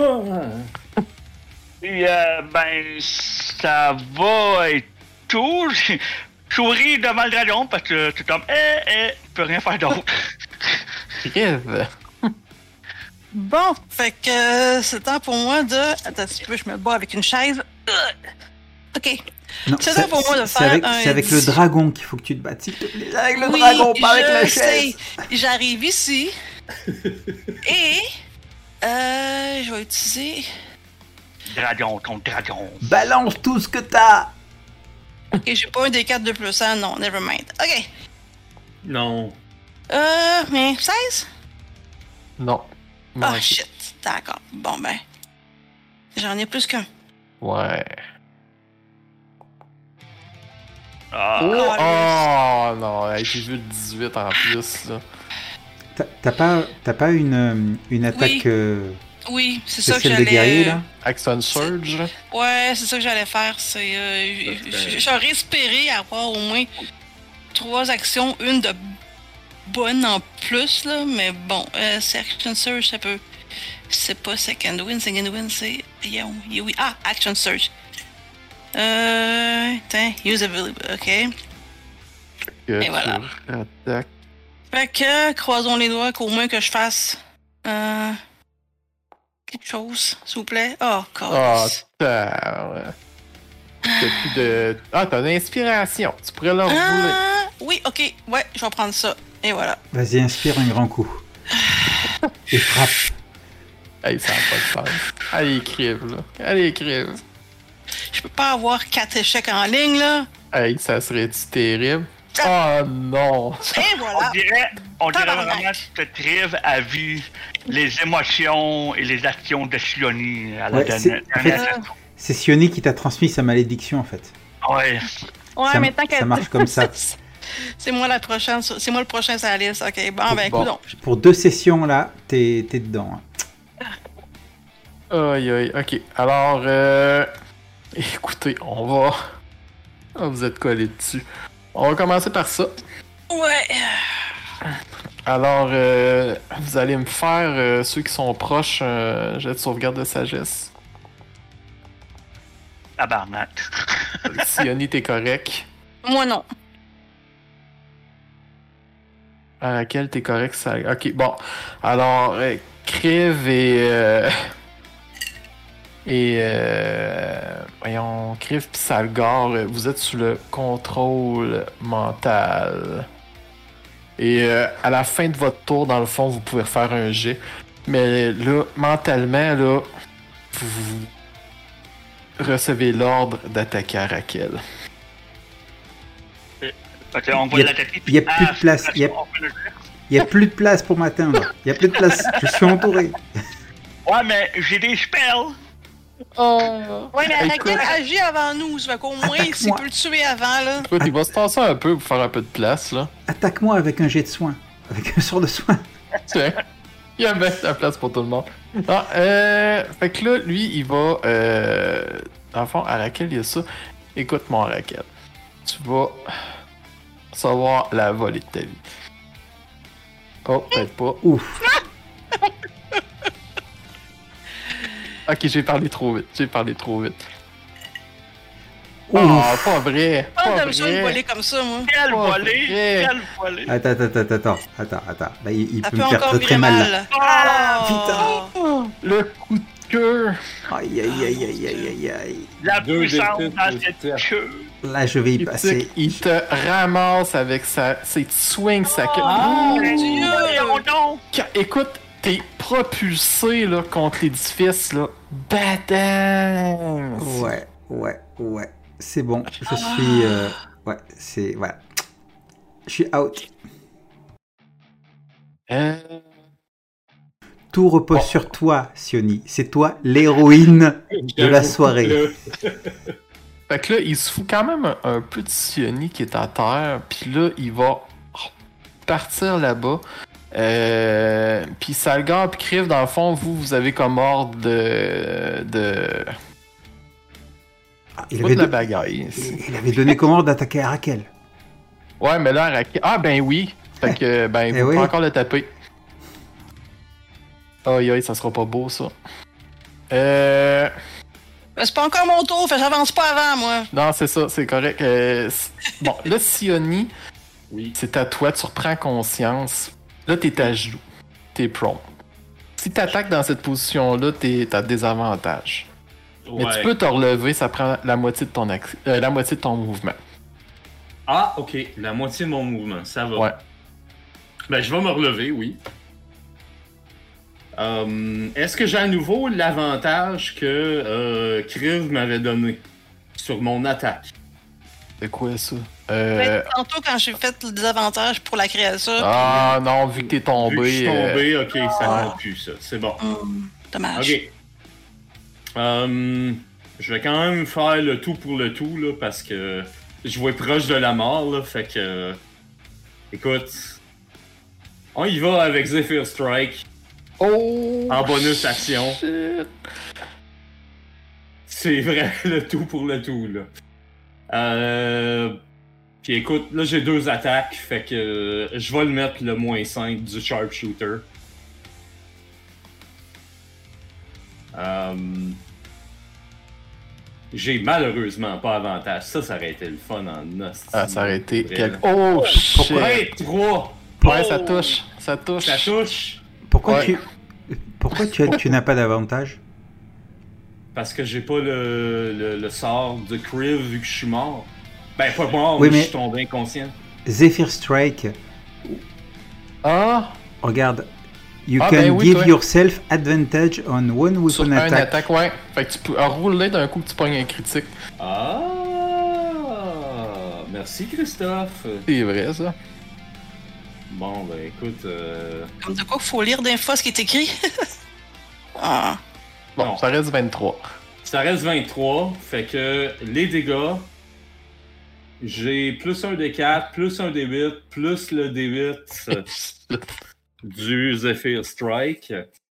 Puis, ben, ça va être tout. J'ai souri devant le dragon parce que tu tombes, je peux rien faire d'autre. Crève. Bon, fait que c'est temps pour moi de. Attends un petit peu, je me bats avec une chaise. Ok. Non, C'est ça pour moi de c'est faire avec, un c'est avec le 10. dragon qu'il faut que tu te battes. S'il te plaît, avec le Oui, dragon, pas avec la je sais. chaise. J'arrive ici. Et. Je vais utiliser. Dragon contre dragon. Balance tout ce que t'as. Ok, j'ai pas un des 4 de plus, hein? Non, never mind. Ok. Non. Mais 16? Non. Ah, Manqué. shit. D'accord. Bon, ben. J'en ai plus qu'un. Ouais. Ah, Oh non, hey, j'ai vu le 18 en plus, là. T'as pas une attaque Oui, c'est ça que spéciale j'allais. de guerrier là? Action Surge. Ouais, c'est ça que j'allais faire. C'est. J'aurais espéré avoir au moins 3 actions, une de bonne en plus, là. Mais bon, c'est Action Surge, ça peut. C'est pas Second Wind. Second Wind, c'est. Oui. Ah, Action Surge. Tiens, use ability. Ok. Et voilà. Attaque. Fait que, croisons les doigts qu'au moins que je fasse. Quelque chose, s'il vous plaît. Oh, Ah, God. t'as plus de. Ah, t'as l'inspiration. Tu pourrais leur rouler. Oui, ok. Ouais, je vais prendre ça. Et voilà. Vas-y, inspire un grand coup. Et frappe. Hey, ça n'a pas de sens. Allez, crève, là. Allez, crève. Je peux pas avoir 4 échecs en ligne, là. Hey, ça serait-tu terrible? Oh non! Et voilà. on dirait Tabarnak. vraiment que Triv a vu les émotions et les actions de Sioni à la Ouais, dernière en fait, session. c'est Sioni qui t'a transmis sa malédiction en fait. Ouais. Ouais, Ça- mais tant ça marche comme ça. C'est moi la prochaine. C'est moi le prochain sur la liste. Ok, bon, ben, Bon. coudonc. Pour 2 sessions là, t'es dedans. Hein. Aïe, aïe, ok. Alors, écoutez, on va. Ah, vous êtes collés dessus. On va commencer par ça. Ouais. Alors, vous allez me faire, ceux qui sont proches, jet de sauvegarde de sagesse. Tabarnak. Sioni, t'es correct. Moi, non. À laquelle t'es correct, ça. Ok, bon. Alors, Kriv voyons, Kriv pis Salgar, vous êtes sous le contrôle mental. Et à la fin de votre tour, dans le fond, vous pouvez faire un jet. Mais là, mentalement, là, vous recevez l'ordre d'attaquer Arakel. Ok, on va Il y a- l'attaquer. il y a plus de place, il y a- On peut le faire. Il n'y a plus de place pour m'atteindre. Il n'y a plus de place. Je suis entouré. Ouais, mais j'ai des spells. Ouais, mais Écoute. Arakel agit avant nous. Ça fait qu'au moins, Attaque-moi. s'il peut le tuer avant, là. Écoute, il va se tasser un peu pour faire un peu de place, là. Attaque-moi avec un jet de soin. Avec un sort de soin. Tiens, il y a bien de la place pour tout le monde. Non, fait que là, lui, il va... dans le fond, Arakel, il y a ça. Écoute, mon Arakel. Tu vas recevoir la volée de ta vie. Oh, peut-être pas. Ouf. Ok, j'ai parlé trop vite. Ouf. Oh, pas vrai. Pas Pas j'aime ça une volée vrai. comme ça, moi. Quelle Oh, volée! vrai. Quelle volée! Attends. Là, il Ça peut peut me faire encore très virer mal. mal. Là. Ah! Oh, le coup de cœur. Aïe. La Deux puissance défaites dans de cette terre. queue! Là, je vais y Il passer. te ramasse avec ses swings, sa queue. Oh, Mon Dieu! Voyons donc! Écoute, t'es propulsé là, contre l'édifice, là. Badass! Ouais. C'est bon. Je suis. Ouais, c'est. Voilà. Je suis out. Tout repose Bon. sur toi, Sioni. C'est toi l'héroïne de la soirée. Fait que là, il se fout quand même un peu de Sioni qui est à terre, puis là, il va partir là-bas. Puis Salgar puis Kriv, dans le fond, vous avez comme ordre de Il pas avait, de la do- bagaille. ici. il avait donné commande d'attaquer Arakel. Ouais, mais là, ah ben oui! Fait que, ben, Eh vous oui. pouvez encore le taper. Aïe, ça sera pas beau, ça. Mais c'est pas encore mon tour, fait que j'avance pas avant, moi. Non, c'est ça, c'est correct. Bon, là, Sioni, Oui. c'est à toi, tu reprends conscience. Là, t'es à genoux. T'es prone. Si t'attaques dans cette position-là, t'as désavantage. Mais tu peux te relever, ça prend la moitié de ton la moitié de ton mouvement. Ah, ok. La moitié de mon mouvement, ça va. Ouais. Ben, je vais me relever, oui. Est-ce que j'ai à nouveau l'avantage que Kriv m'avait donné sur mon attaque? C'est quoi ça? Tantôt, quand j'ai fait le désavantage pour la créature. Ah non, vu que t'es tombé. Vu que je suis tombé, ok, ça ouais. compte plus, ça. C'est bon. Dommage. Ok. Je vais quand même faire le tout pour le tout, là, parce que je vais proche de la mort, là, fait que... Écoute... On y va avec Zephyr Strike. Oh! En bonus action. Shit. C'est vrai, le tout pour le tout, là. Puis écoute, là j'ai 2 attaques, fait que je vais le mettre le -5 du Sharpshooter. J'ai malheureusement pas avantage. Ça aurait été le fun en os. Ah, ça aurait été. Vrai. Oh shit! Ouais, 3! Ouais, ça touche. Ça touche. Ça touche! Pourquoi Ouais. tu n'as pas d'avantage? Parce que j'ai pas le sort de Kriv vu que je suis mort. Ben, pas mort, Oui, mais mais- je suis tombé inconscient. Zephyr Strike, Ah! regarde. You Ah, can ben oui, give toi. yourself advantage on one Sur weapon un attack. attaque, ouais. Fait que tu peux rouler d'un coup que tu pognes un critique. Ah! Merci Christophe. C'est vrai, ça. Bon, ben écoute, Comme de quoi, faut lire d'infos ce qui est écrit. Ah. Bon, Non. ça reste 23. ça reste 23, fait que les dégâts, j'ai plus un D4, plus un D8, plus le D8 du Zephyr Strike.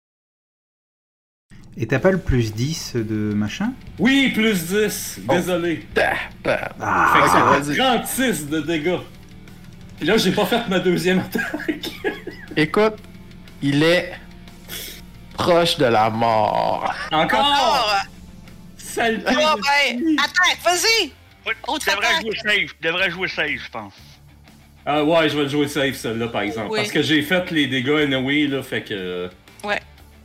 Et t'as pas le plus 10 de machin? Oui, plus 10, Oh. désolé. Bam! Fait que ok, ça vas-y. fait 36 de dégâts. Puis là, j'ai pas fait ma deuxième attaque. Écoute, il est proche de la mort. Encore! Encore! Saleté! Oh, ben, attaque, vas-y! Ouais, Autre devrais jouer safe, je pense. Ah ouais, je vais le jouer safe, celle-là, par exemple. Oui. Parce que j'ai fait les dégâts anyway, là, fait que... Ouais.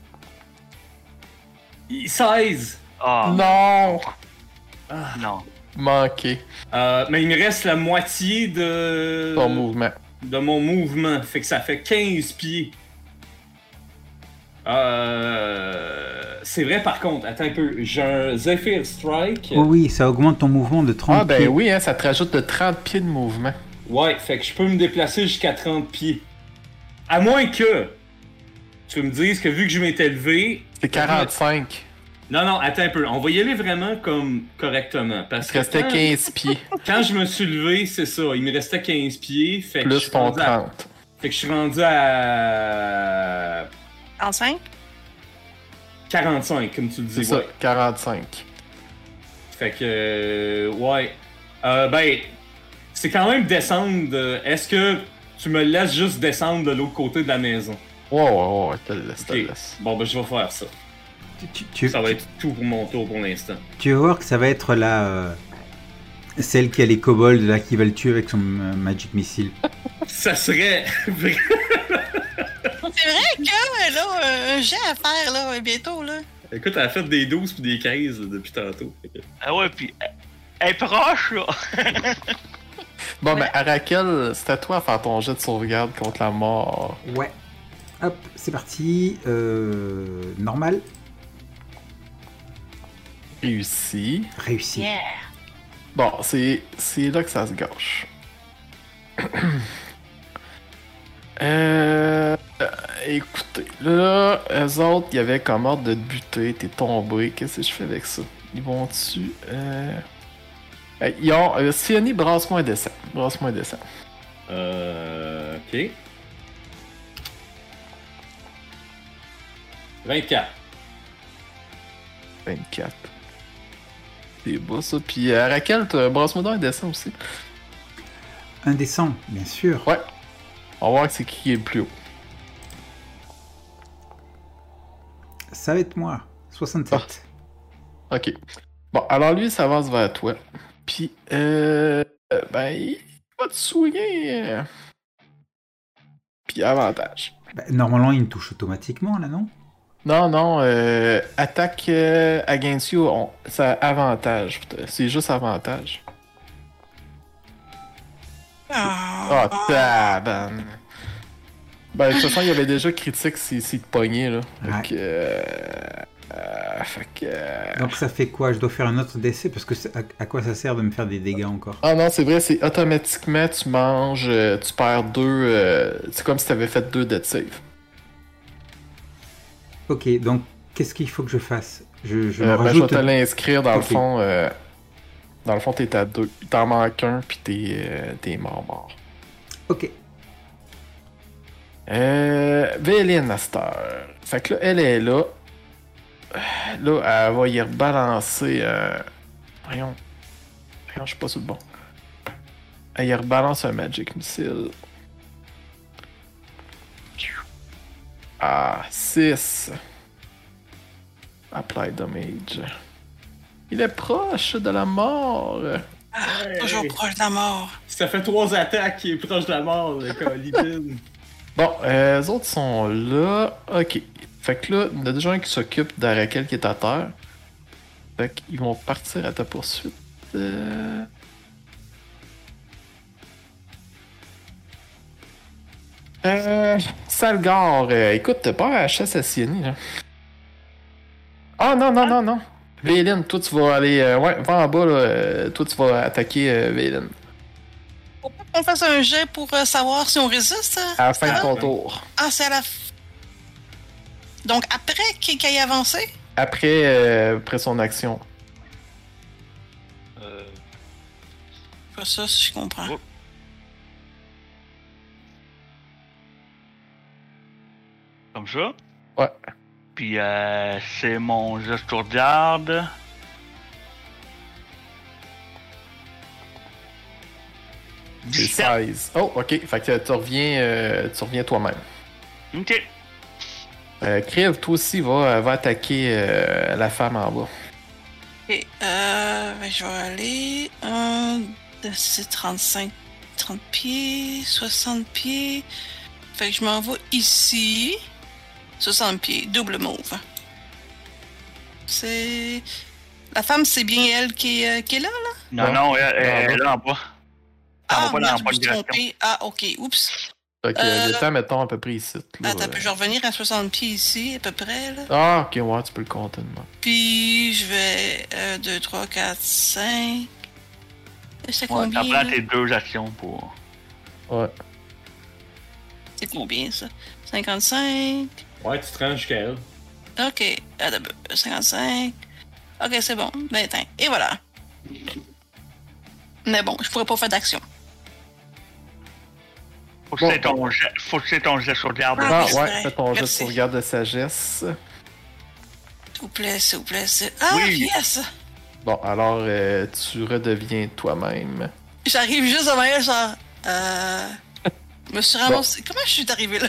16! Ah, Non! non. Manqué. Mais il me reste la moitié de... Ton mouvement. De mon mouvement. Fait que ça fait 15 pieds. C'est vrai, par contre, attends un peu. J'ai un Zephyr Strike. Oh oui, ça augmente ton mouvement de 30 Ah, ben pieds. oui, hein, ça te rajoute de 30 pieds de mouvement. Ouais, fait que je peux me déplacer jusqu'à 30 pieds. À moins que tu me dises que vu que je m'étais levé... C'est 45. Non, attends un peu. On va y aller vraiment comme correctement. Parce Il te que restait 15 pieds. quand je me suis levé, c'est ça. Il me restait 15 pieds. Fait que je Plus suis ton rendu à... 30. Fait que je suis rendu à... 35? 45, comme tu le C'est dis. ça, Ouais. 45. Fait que... ouais. Ben... C'est quand même descendre... Est-ce que tu me laisses juste descendre de l'autre côté de la maison? Ouais, te le laisse, te le Ok. laisse. Bon, ben je vais faire ça. Ça va être tout pour mon tour pour l'instant. Tu vas voir que ça va être celle qui a les kobolds là qui va le tuer avec son Magic Missile. Ça serait... C'est vrai que, là, un jet à faire, là, bientôt, là. Écoute, elle a fait des 12 puis des 15 depuis tantôt. Ah ouais, pis elle est proche, là. Bon, ben, Arakel, c'est à toi à faire ton jet de sauvegarde contre la mort. Ouais. Hop, c'est parti. Normal. Réussi. Réussi. Yeah! Bon, c'est là que ça se gâche. Écoutez, là, eux autres, il y avait comme ordre de te buter, t'es tombé. Qu'est-ce que je fais avec ça? Ils vont-tu... Ils ont... Sioni, brasse-moi un dessin. Brasse-moi un dessin. Ok. 24. 24. C'est beau ça. Puis Raquel, brasse-moi donc un dessin aussi. Indécent, bien sûr. Ouais. On va voir c'est qui est le plus haut. Ça va être moi. 67. Ok. Bon, alors lui, il s'avance vers toi. Puis, ben, il va te soigner. Puis avantage. Bah, normalement, il me touche automatiquement là, non? Non, attaque against you, ça avantage. C'est juste avantage. Ah, tabarnak. Ben, de toute façon, il y avait déjà critique s'il te pognait, là. Ouais. Fait que... Donc ça fait quoi? Je dois faire un autre décès parce que à quoi ça sert de me faire des dégâts encore? Ah non, c'est vrai, c'est automatiquement, tu manges, tu perds 2... c'est comme si tu avais fait 2 death save. Ok, donc qu'est-ce qu'il faut que je fasse? Je me Je vais rajoute... te l'inscrire dans Ok. le fond. Dans le fond, t'es à 2. Il t'en manque un, puis t'es mort. Ok. Véline, à cette heure. Fait que là, elle est là. Là, elle va y rebalancer. Voyons, je suis pas sur le bon. Elle y rebalance un Magic Missile. Ah, 6. Apply damage. Il est proche de la mort. Toujours proche de la mort. Ça fait 3 attaques qui est proche de la mort, le colibine. Bon, les autres sont là. Ok. Fait que là, il y en a déjà un qui s'occupe d'Arakel qui est à terre. Fait qu'ils vont partir à ta poursuite. Salgar, écoute, t'as pas à la chasse à Sieni, là. Ah non. Véline, toi tu vas aller. Ouais, va en bas, là. Toi tu vas attaquer Véline. Faut pas qu'on fasse un jet pour savoir si on résiste. À la fin de ton Ah. tour. Ah, c'est à la Donc, après qu'il ait avancé? Après son action. Pas ça, si je comprends. Oh. Comme ça. Ouais. Puis c'est mon geste de garde. C'est 16. Oh, ok. Fait que tu reviens toi-même. Ok. Kriv, toi aussi, va attaquer la femme en bas. Ok, je vais aller. C'est 35, 30 pieds, 60 pieds. Fait que je m'en vais ici. 60 pieds, double move. C'est. La femme, c'est bien elle qui est là, là? Non, non, elle est là en bas. Ah, va pas dans merde, la je me bonne suis direction. trompée. Ah, ok, oups. Fait que le temps, mettons, à peu près ici. Là, Attends, je vais revenir à 60 pieds ici, à peu près, là. Ah, ok, ouais, tu peux le compter de moi. Puis, je vais 1, 2, 3, 4, 5. C'est Ouais, combien? ça prend Là? tes 2 actions pour. Ouais. C'est combien, ça? 55. Ouais, tu te rends jusqu'à elle. Ok, attends, 55. Ok, c'est bon. Ben, attends. Et voilà. Mais bon, je pourrais pas faire d'action. Faut que c'est ton jet. Faut que c'est ton jet sur garde. Ah, c'est ouais, vrai. fais ton jet de Merci. sauvegarde de sagesse. S'il vous plaît, s'il vous plaît. Ah, Oui. yes! Bon, alors, tu redeviens toi-même. J'arrive juste devant elle, genre. Je me suis ramassé. Comment je suis arrivé là?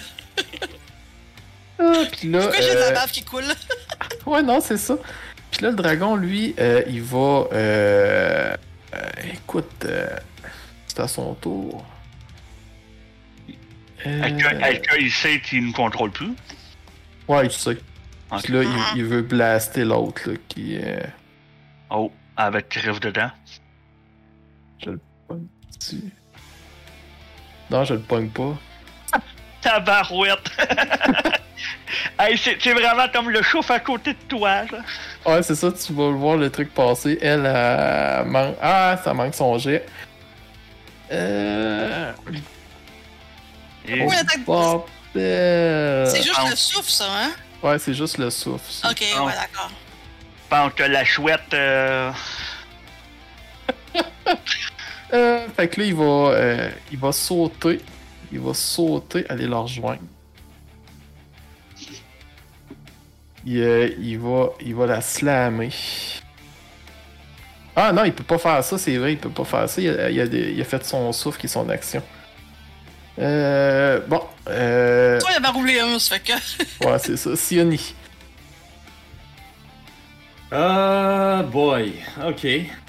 Ah, pis là. Pourquoi j'ai de la bave qui coule? Ouais, non, c'est ça. Puis là, le dragon, lui, il va. Écoute, c'est à son tour. Est-ce qu'il sait qu'il ne contrôle plus? Ouais, il sait. Ok. Puis là, il veut blaster l'autre, là, qui est. Oh, avec Griff dedans. Je le pogne dessus. Non, je le pogne pas. Tabarouette! Hey, c'est vraiment comme le chauffe à côté de toi, là. Ouais, c'est ça, tu vas voir le truc passer. Elle, manque. Ah, ça manque son jet. Et- Oui, attaque. Bordel. C'est juste le souffle, ça, hein? Ouais, c'est juste le souffle. ça. Ok, Non. ouais, d'accord. Je pense que la chouette. Fait que là, il va sauter. Il va sauter, aller leur rejoindre. Il va la slammer. Ah non, il peut pas faire ça, c'est vrai, il peut pas faire ça. Il a fait son souffle qui est son action. Bon. Toi, il avait roulé un, ça fait que. Ouais, c'est ça. Sioni. Ah, boy. Ok.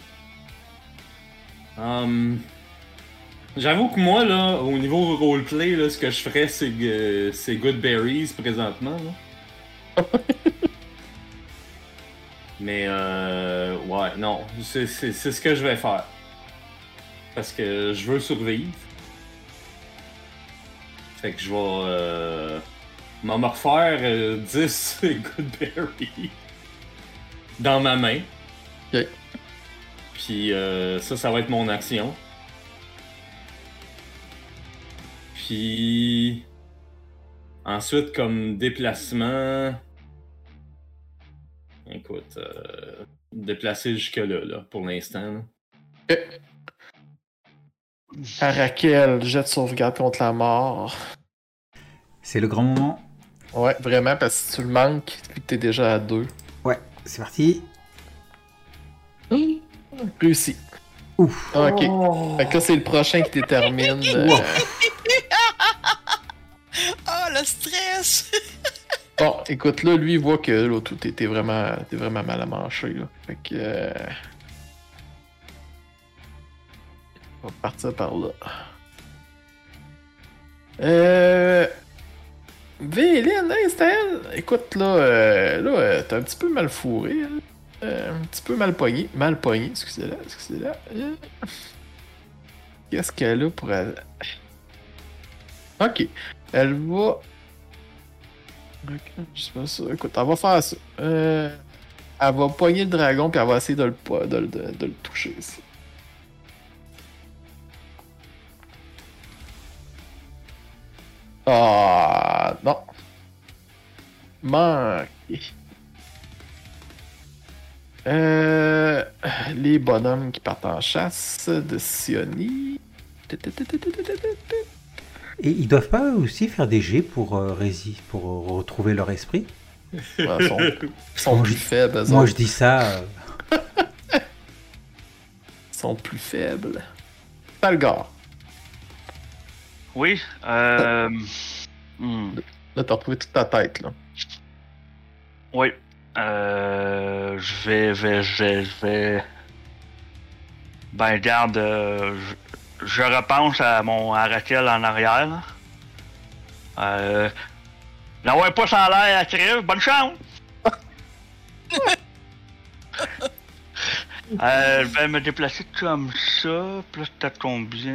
J'avoue que moi, là, au niveau roleplay, là, ce que je ferais, c'est Good Berries présentement. Là. Mais, ouais, non. C'est ce que je vais faire. Parce que je veux survivre. Fait que je vais me refaire 10 Good Berries dans ma main. Ok. Puis ça va être mon action. Puis ensuite, comme déplacement, écoute, déplacer jusque-là, là, pour l'instant. Là. Arakel, jet de sauvegarde contre la mort. C'est le grand moment. Ouais, vraiment, parce que si tu le manques, puis que t'es déjà à 2. Ouais, c'est parti. Réussi. Ouf. Ok. Fait que là, c'est le prochain qui détermine. Oh, le stress! Bon, écoute, là, lui, il voit que là, tout t'es vraiment mal à manger, là. Fait que. On va partir par là. Véline, hein, c'était elle? Écoute, là, t'es un petit peu mal fourré, hein. Un petit peu mal pogné. Mal pogné, excusez-la. Qu'est-ce qu'elle a pour elle? Ok. Elle va. Ok, je sais pas ça. Écoute, elle va faire ça. Elle va pogner le dragon puis elle va essayer de le toucher ici. Ah non. Manqué. Les bonhommes qui partent en chasse de Sioni. Et ils doivent pas aussi faire des jets pour retrouver leur esprit? Ils sont Moi, plus je- faibles. eux Moi autres. je dis ça. Ils sont plus faibles. Talgar. Oui. Là, t'as retrouvé toute ta tête, là. Oui. Je vais. Ben, garde, je repense à mon Arakel en arrière. Là. N'envoie pas sans l'air à Crève, bonne chance! Je vais me déplacer comme ça, puis là, t'as combien?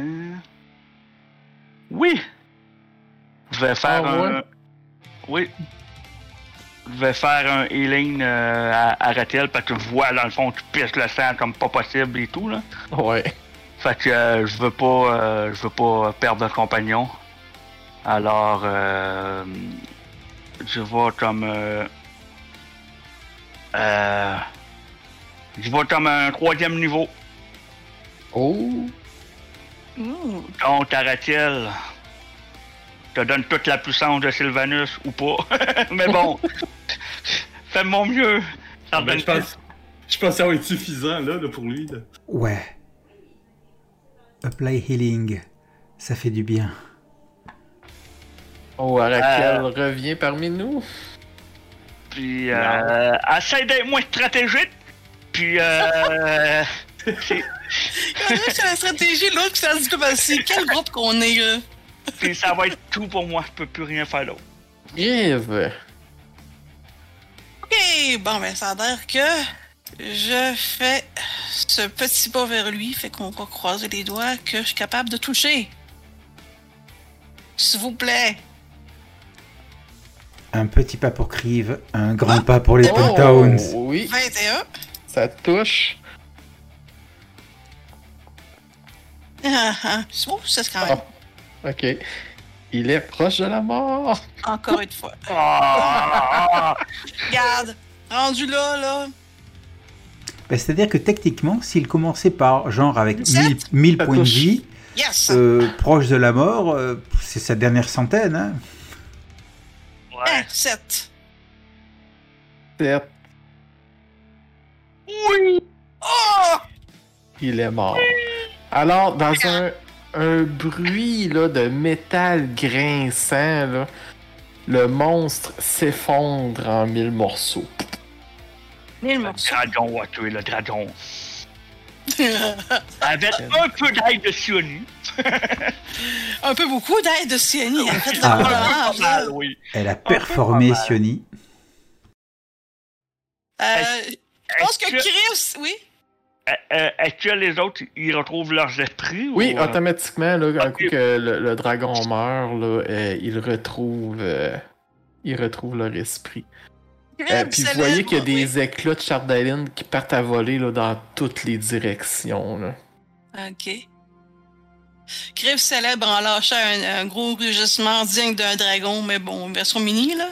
Oui! Je vais faire ouais? Oui. Je vais faire un healing à Ratel parce que je vois dans le fond tu pisses le sang comme pas possible et tout là. Ouais. Fait que je veux pas perdre de compagnon. Alors je vais comme je vais comme un 3e niveau. Oh! Ouh. Donc Ratel te donne toute la puissance de Sylvanus ou pas. Mais bon. Fais mon mieux. Ça Ben, je pense que ça va être suffisant là pour lui. Là. Ouais. Apply healing. Ça fait du bien. Oh, Arakel revient parmi nous. Puis, essaye d'être moins stratégique. Puis, Il y en a sur la stratégie, l'autre qui s'en dit comme c'est quel groupe qu'on est là? puis ça va être tout pour moi. Je peux plus rien faire d'autre. Grive. Ok, bon ben ça a l'air que je fais ce petit pas vers lui, fait qu'on va croiser les doigts que je suis capable de toucher. S'il vous plaît. Un petit pas pour Kriv, un grand pas pour les Towns. Oui, 21. ça touche. Oh, c'est quand même. Oh, ok. Il est proche de la mort. Encore une fois. Ah! Regarde, rendu là. Ben, c'est-à-dire que techniquement, s'il commençait par genre avec 17, 1000 ça points de touche. vie, Yes! proche de la mort, c'est sa dernière centaine. Hein. Ouais. 7. 7. Oui! Oh! Il est mort. Alors, dans un bruit là, de métal grinçant, là, le monstre s'effondre en 1000 morceaux. 1000 Le morceaux. dragon a tué le dragon. Avec un peu d'aide de Sioni. Un peu beaucoup d'aide de Siani. Elle a fait de Ah. la Pas relâche, mal, là. oui. Elle a performé pas mal. Sioni. Je pense que Chris, oui. Est-ce que les autres, ils retrouvent leurs esprits? Oui, ou, automatiquement, là, un ok. coup que le dragon meurt, là, ils retrouvent leur esprit. Puis vous voyez qu'il y a des éclats de chardaline qui partent à voler là, dans toutes les directions. Là. Ok. Griff célèbre en lâchant un gros rugissement digne d'un dragon, mais bon, version mini, là.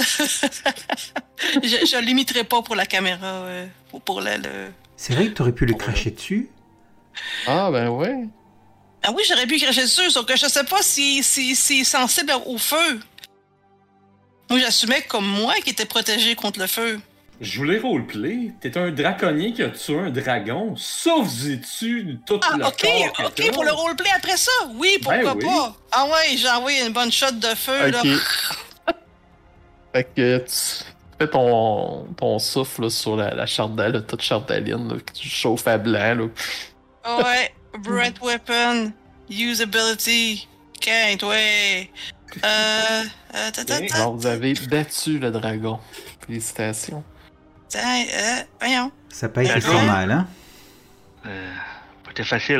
je l'imiterai pas pour la caméra, pour le... C'est vrai que t'aurais pu le cracher dessus. Ah, ben ouais. Ah oui, j'aurais pu cracher dessus, sauf que je sais pas si est sensible au feu. Moi, j'assumais comme moi qui était protégé contre le feu. Je voulais roleplay. T'es un draconnier qui a tué un dragon. Sauves-tu tout Ah, le ok, corps que t'as? pour le roleplay après ça. Oui, pourquoi Ben oui. pas. Ah ouais, j'ai envoyé une bonne shot de feu, là. Ok. Fait que tu fais ton souffle là, sur la chardaline, toute chardaline, là, que tu chauffes à blanc. Là. Ah ouais, Breath Weapon, Usability, Quinte, ouais. Alors vous avez battu le dragon. Félicitations. Voyons. Ça n'a pas été D'accord. trop mal, hein. C'était facile.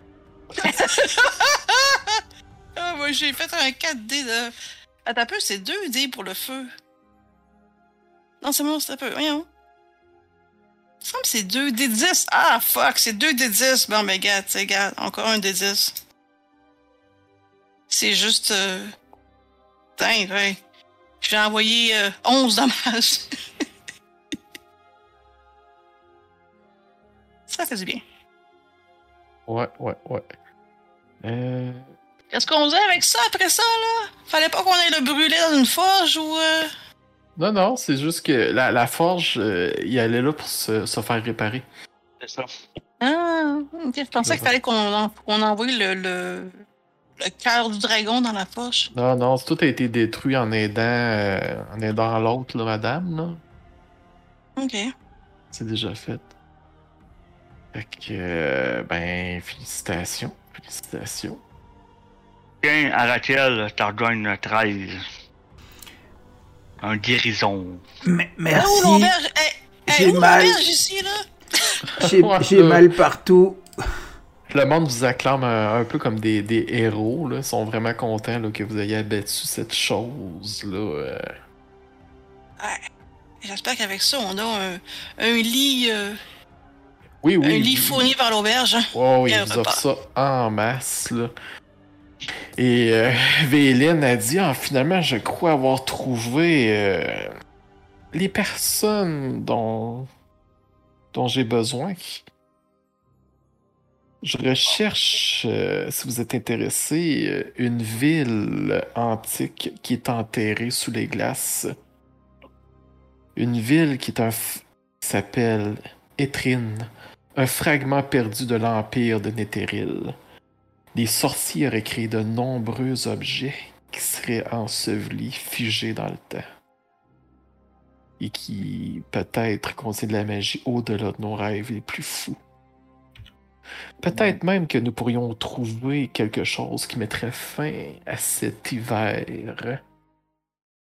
Ah, moi, j'ai fait un 4D de... Attends un peu, c'est 2D pour le feu. Non, c'est bon, c'est un peu, voyons. Il me semble que c'est 2D10. Ah, fuck, c'est 2D10. Bon, ben, regarde, encore un D10. C'est juste... Putain, ouais. J'ai envoyé 11 dommages. Ça fait du bien. Ouais. Qu'est-ce qu'on faisait avec ça après ça, là? Fallait pas qu'on aille le brûler dans une forge ou... Non, c'est juste que la forge, il allait là pour se faire réparer. C'est ça. Ah, ok. Je pensais qu'il fallait qu'on envoie le cœur du dragon dans la forge. Non, tout a été détruit en aidant l'autre, là, madame. Là. Ok. C'est déjà fait. Fait que, félicitations. Félicitations. Tiens, Arachel, t'as rejoint 13. Un guérison. Merci. Oh, l'auberge! J'ai où mal. l'auberge ici, là? J'ai mal partout. Le monde vous acclame un peu comme des héros. Là. Ils sont vraiment contents là, que vous ayez abattu cette chose-là. Ouais. J'espère qu'avec ça, on a un lit. Oui, Un oui. lit fourni par l'auberge. Hein? Oh, oui, Et ils un vous offrent repas. ça en masse. Là. Et Véline a dit finalement, je crois avoir trouvé les personnes dont j'ai besoin. Je recherche, si vous êtes intéressé, une ville antique qui est enterrée sous les glaces. Une ville qui s'appelle Étrine, un fragment perdu de l'empire de Netheril. Les sorciers auraient créé de nombreux objets qui seraient ensevelis, figés dans le temps. Et qui, peut-être, contiennent de la magie au-delà de nos rêves les plus fous. Peut-être même que nous pourrions trouver quelque chose qui mettrait fin à cet hiver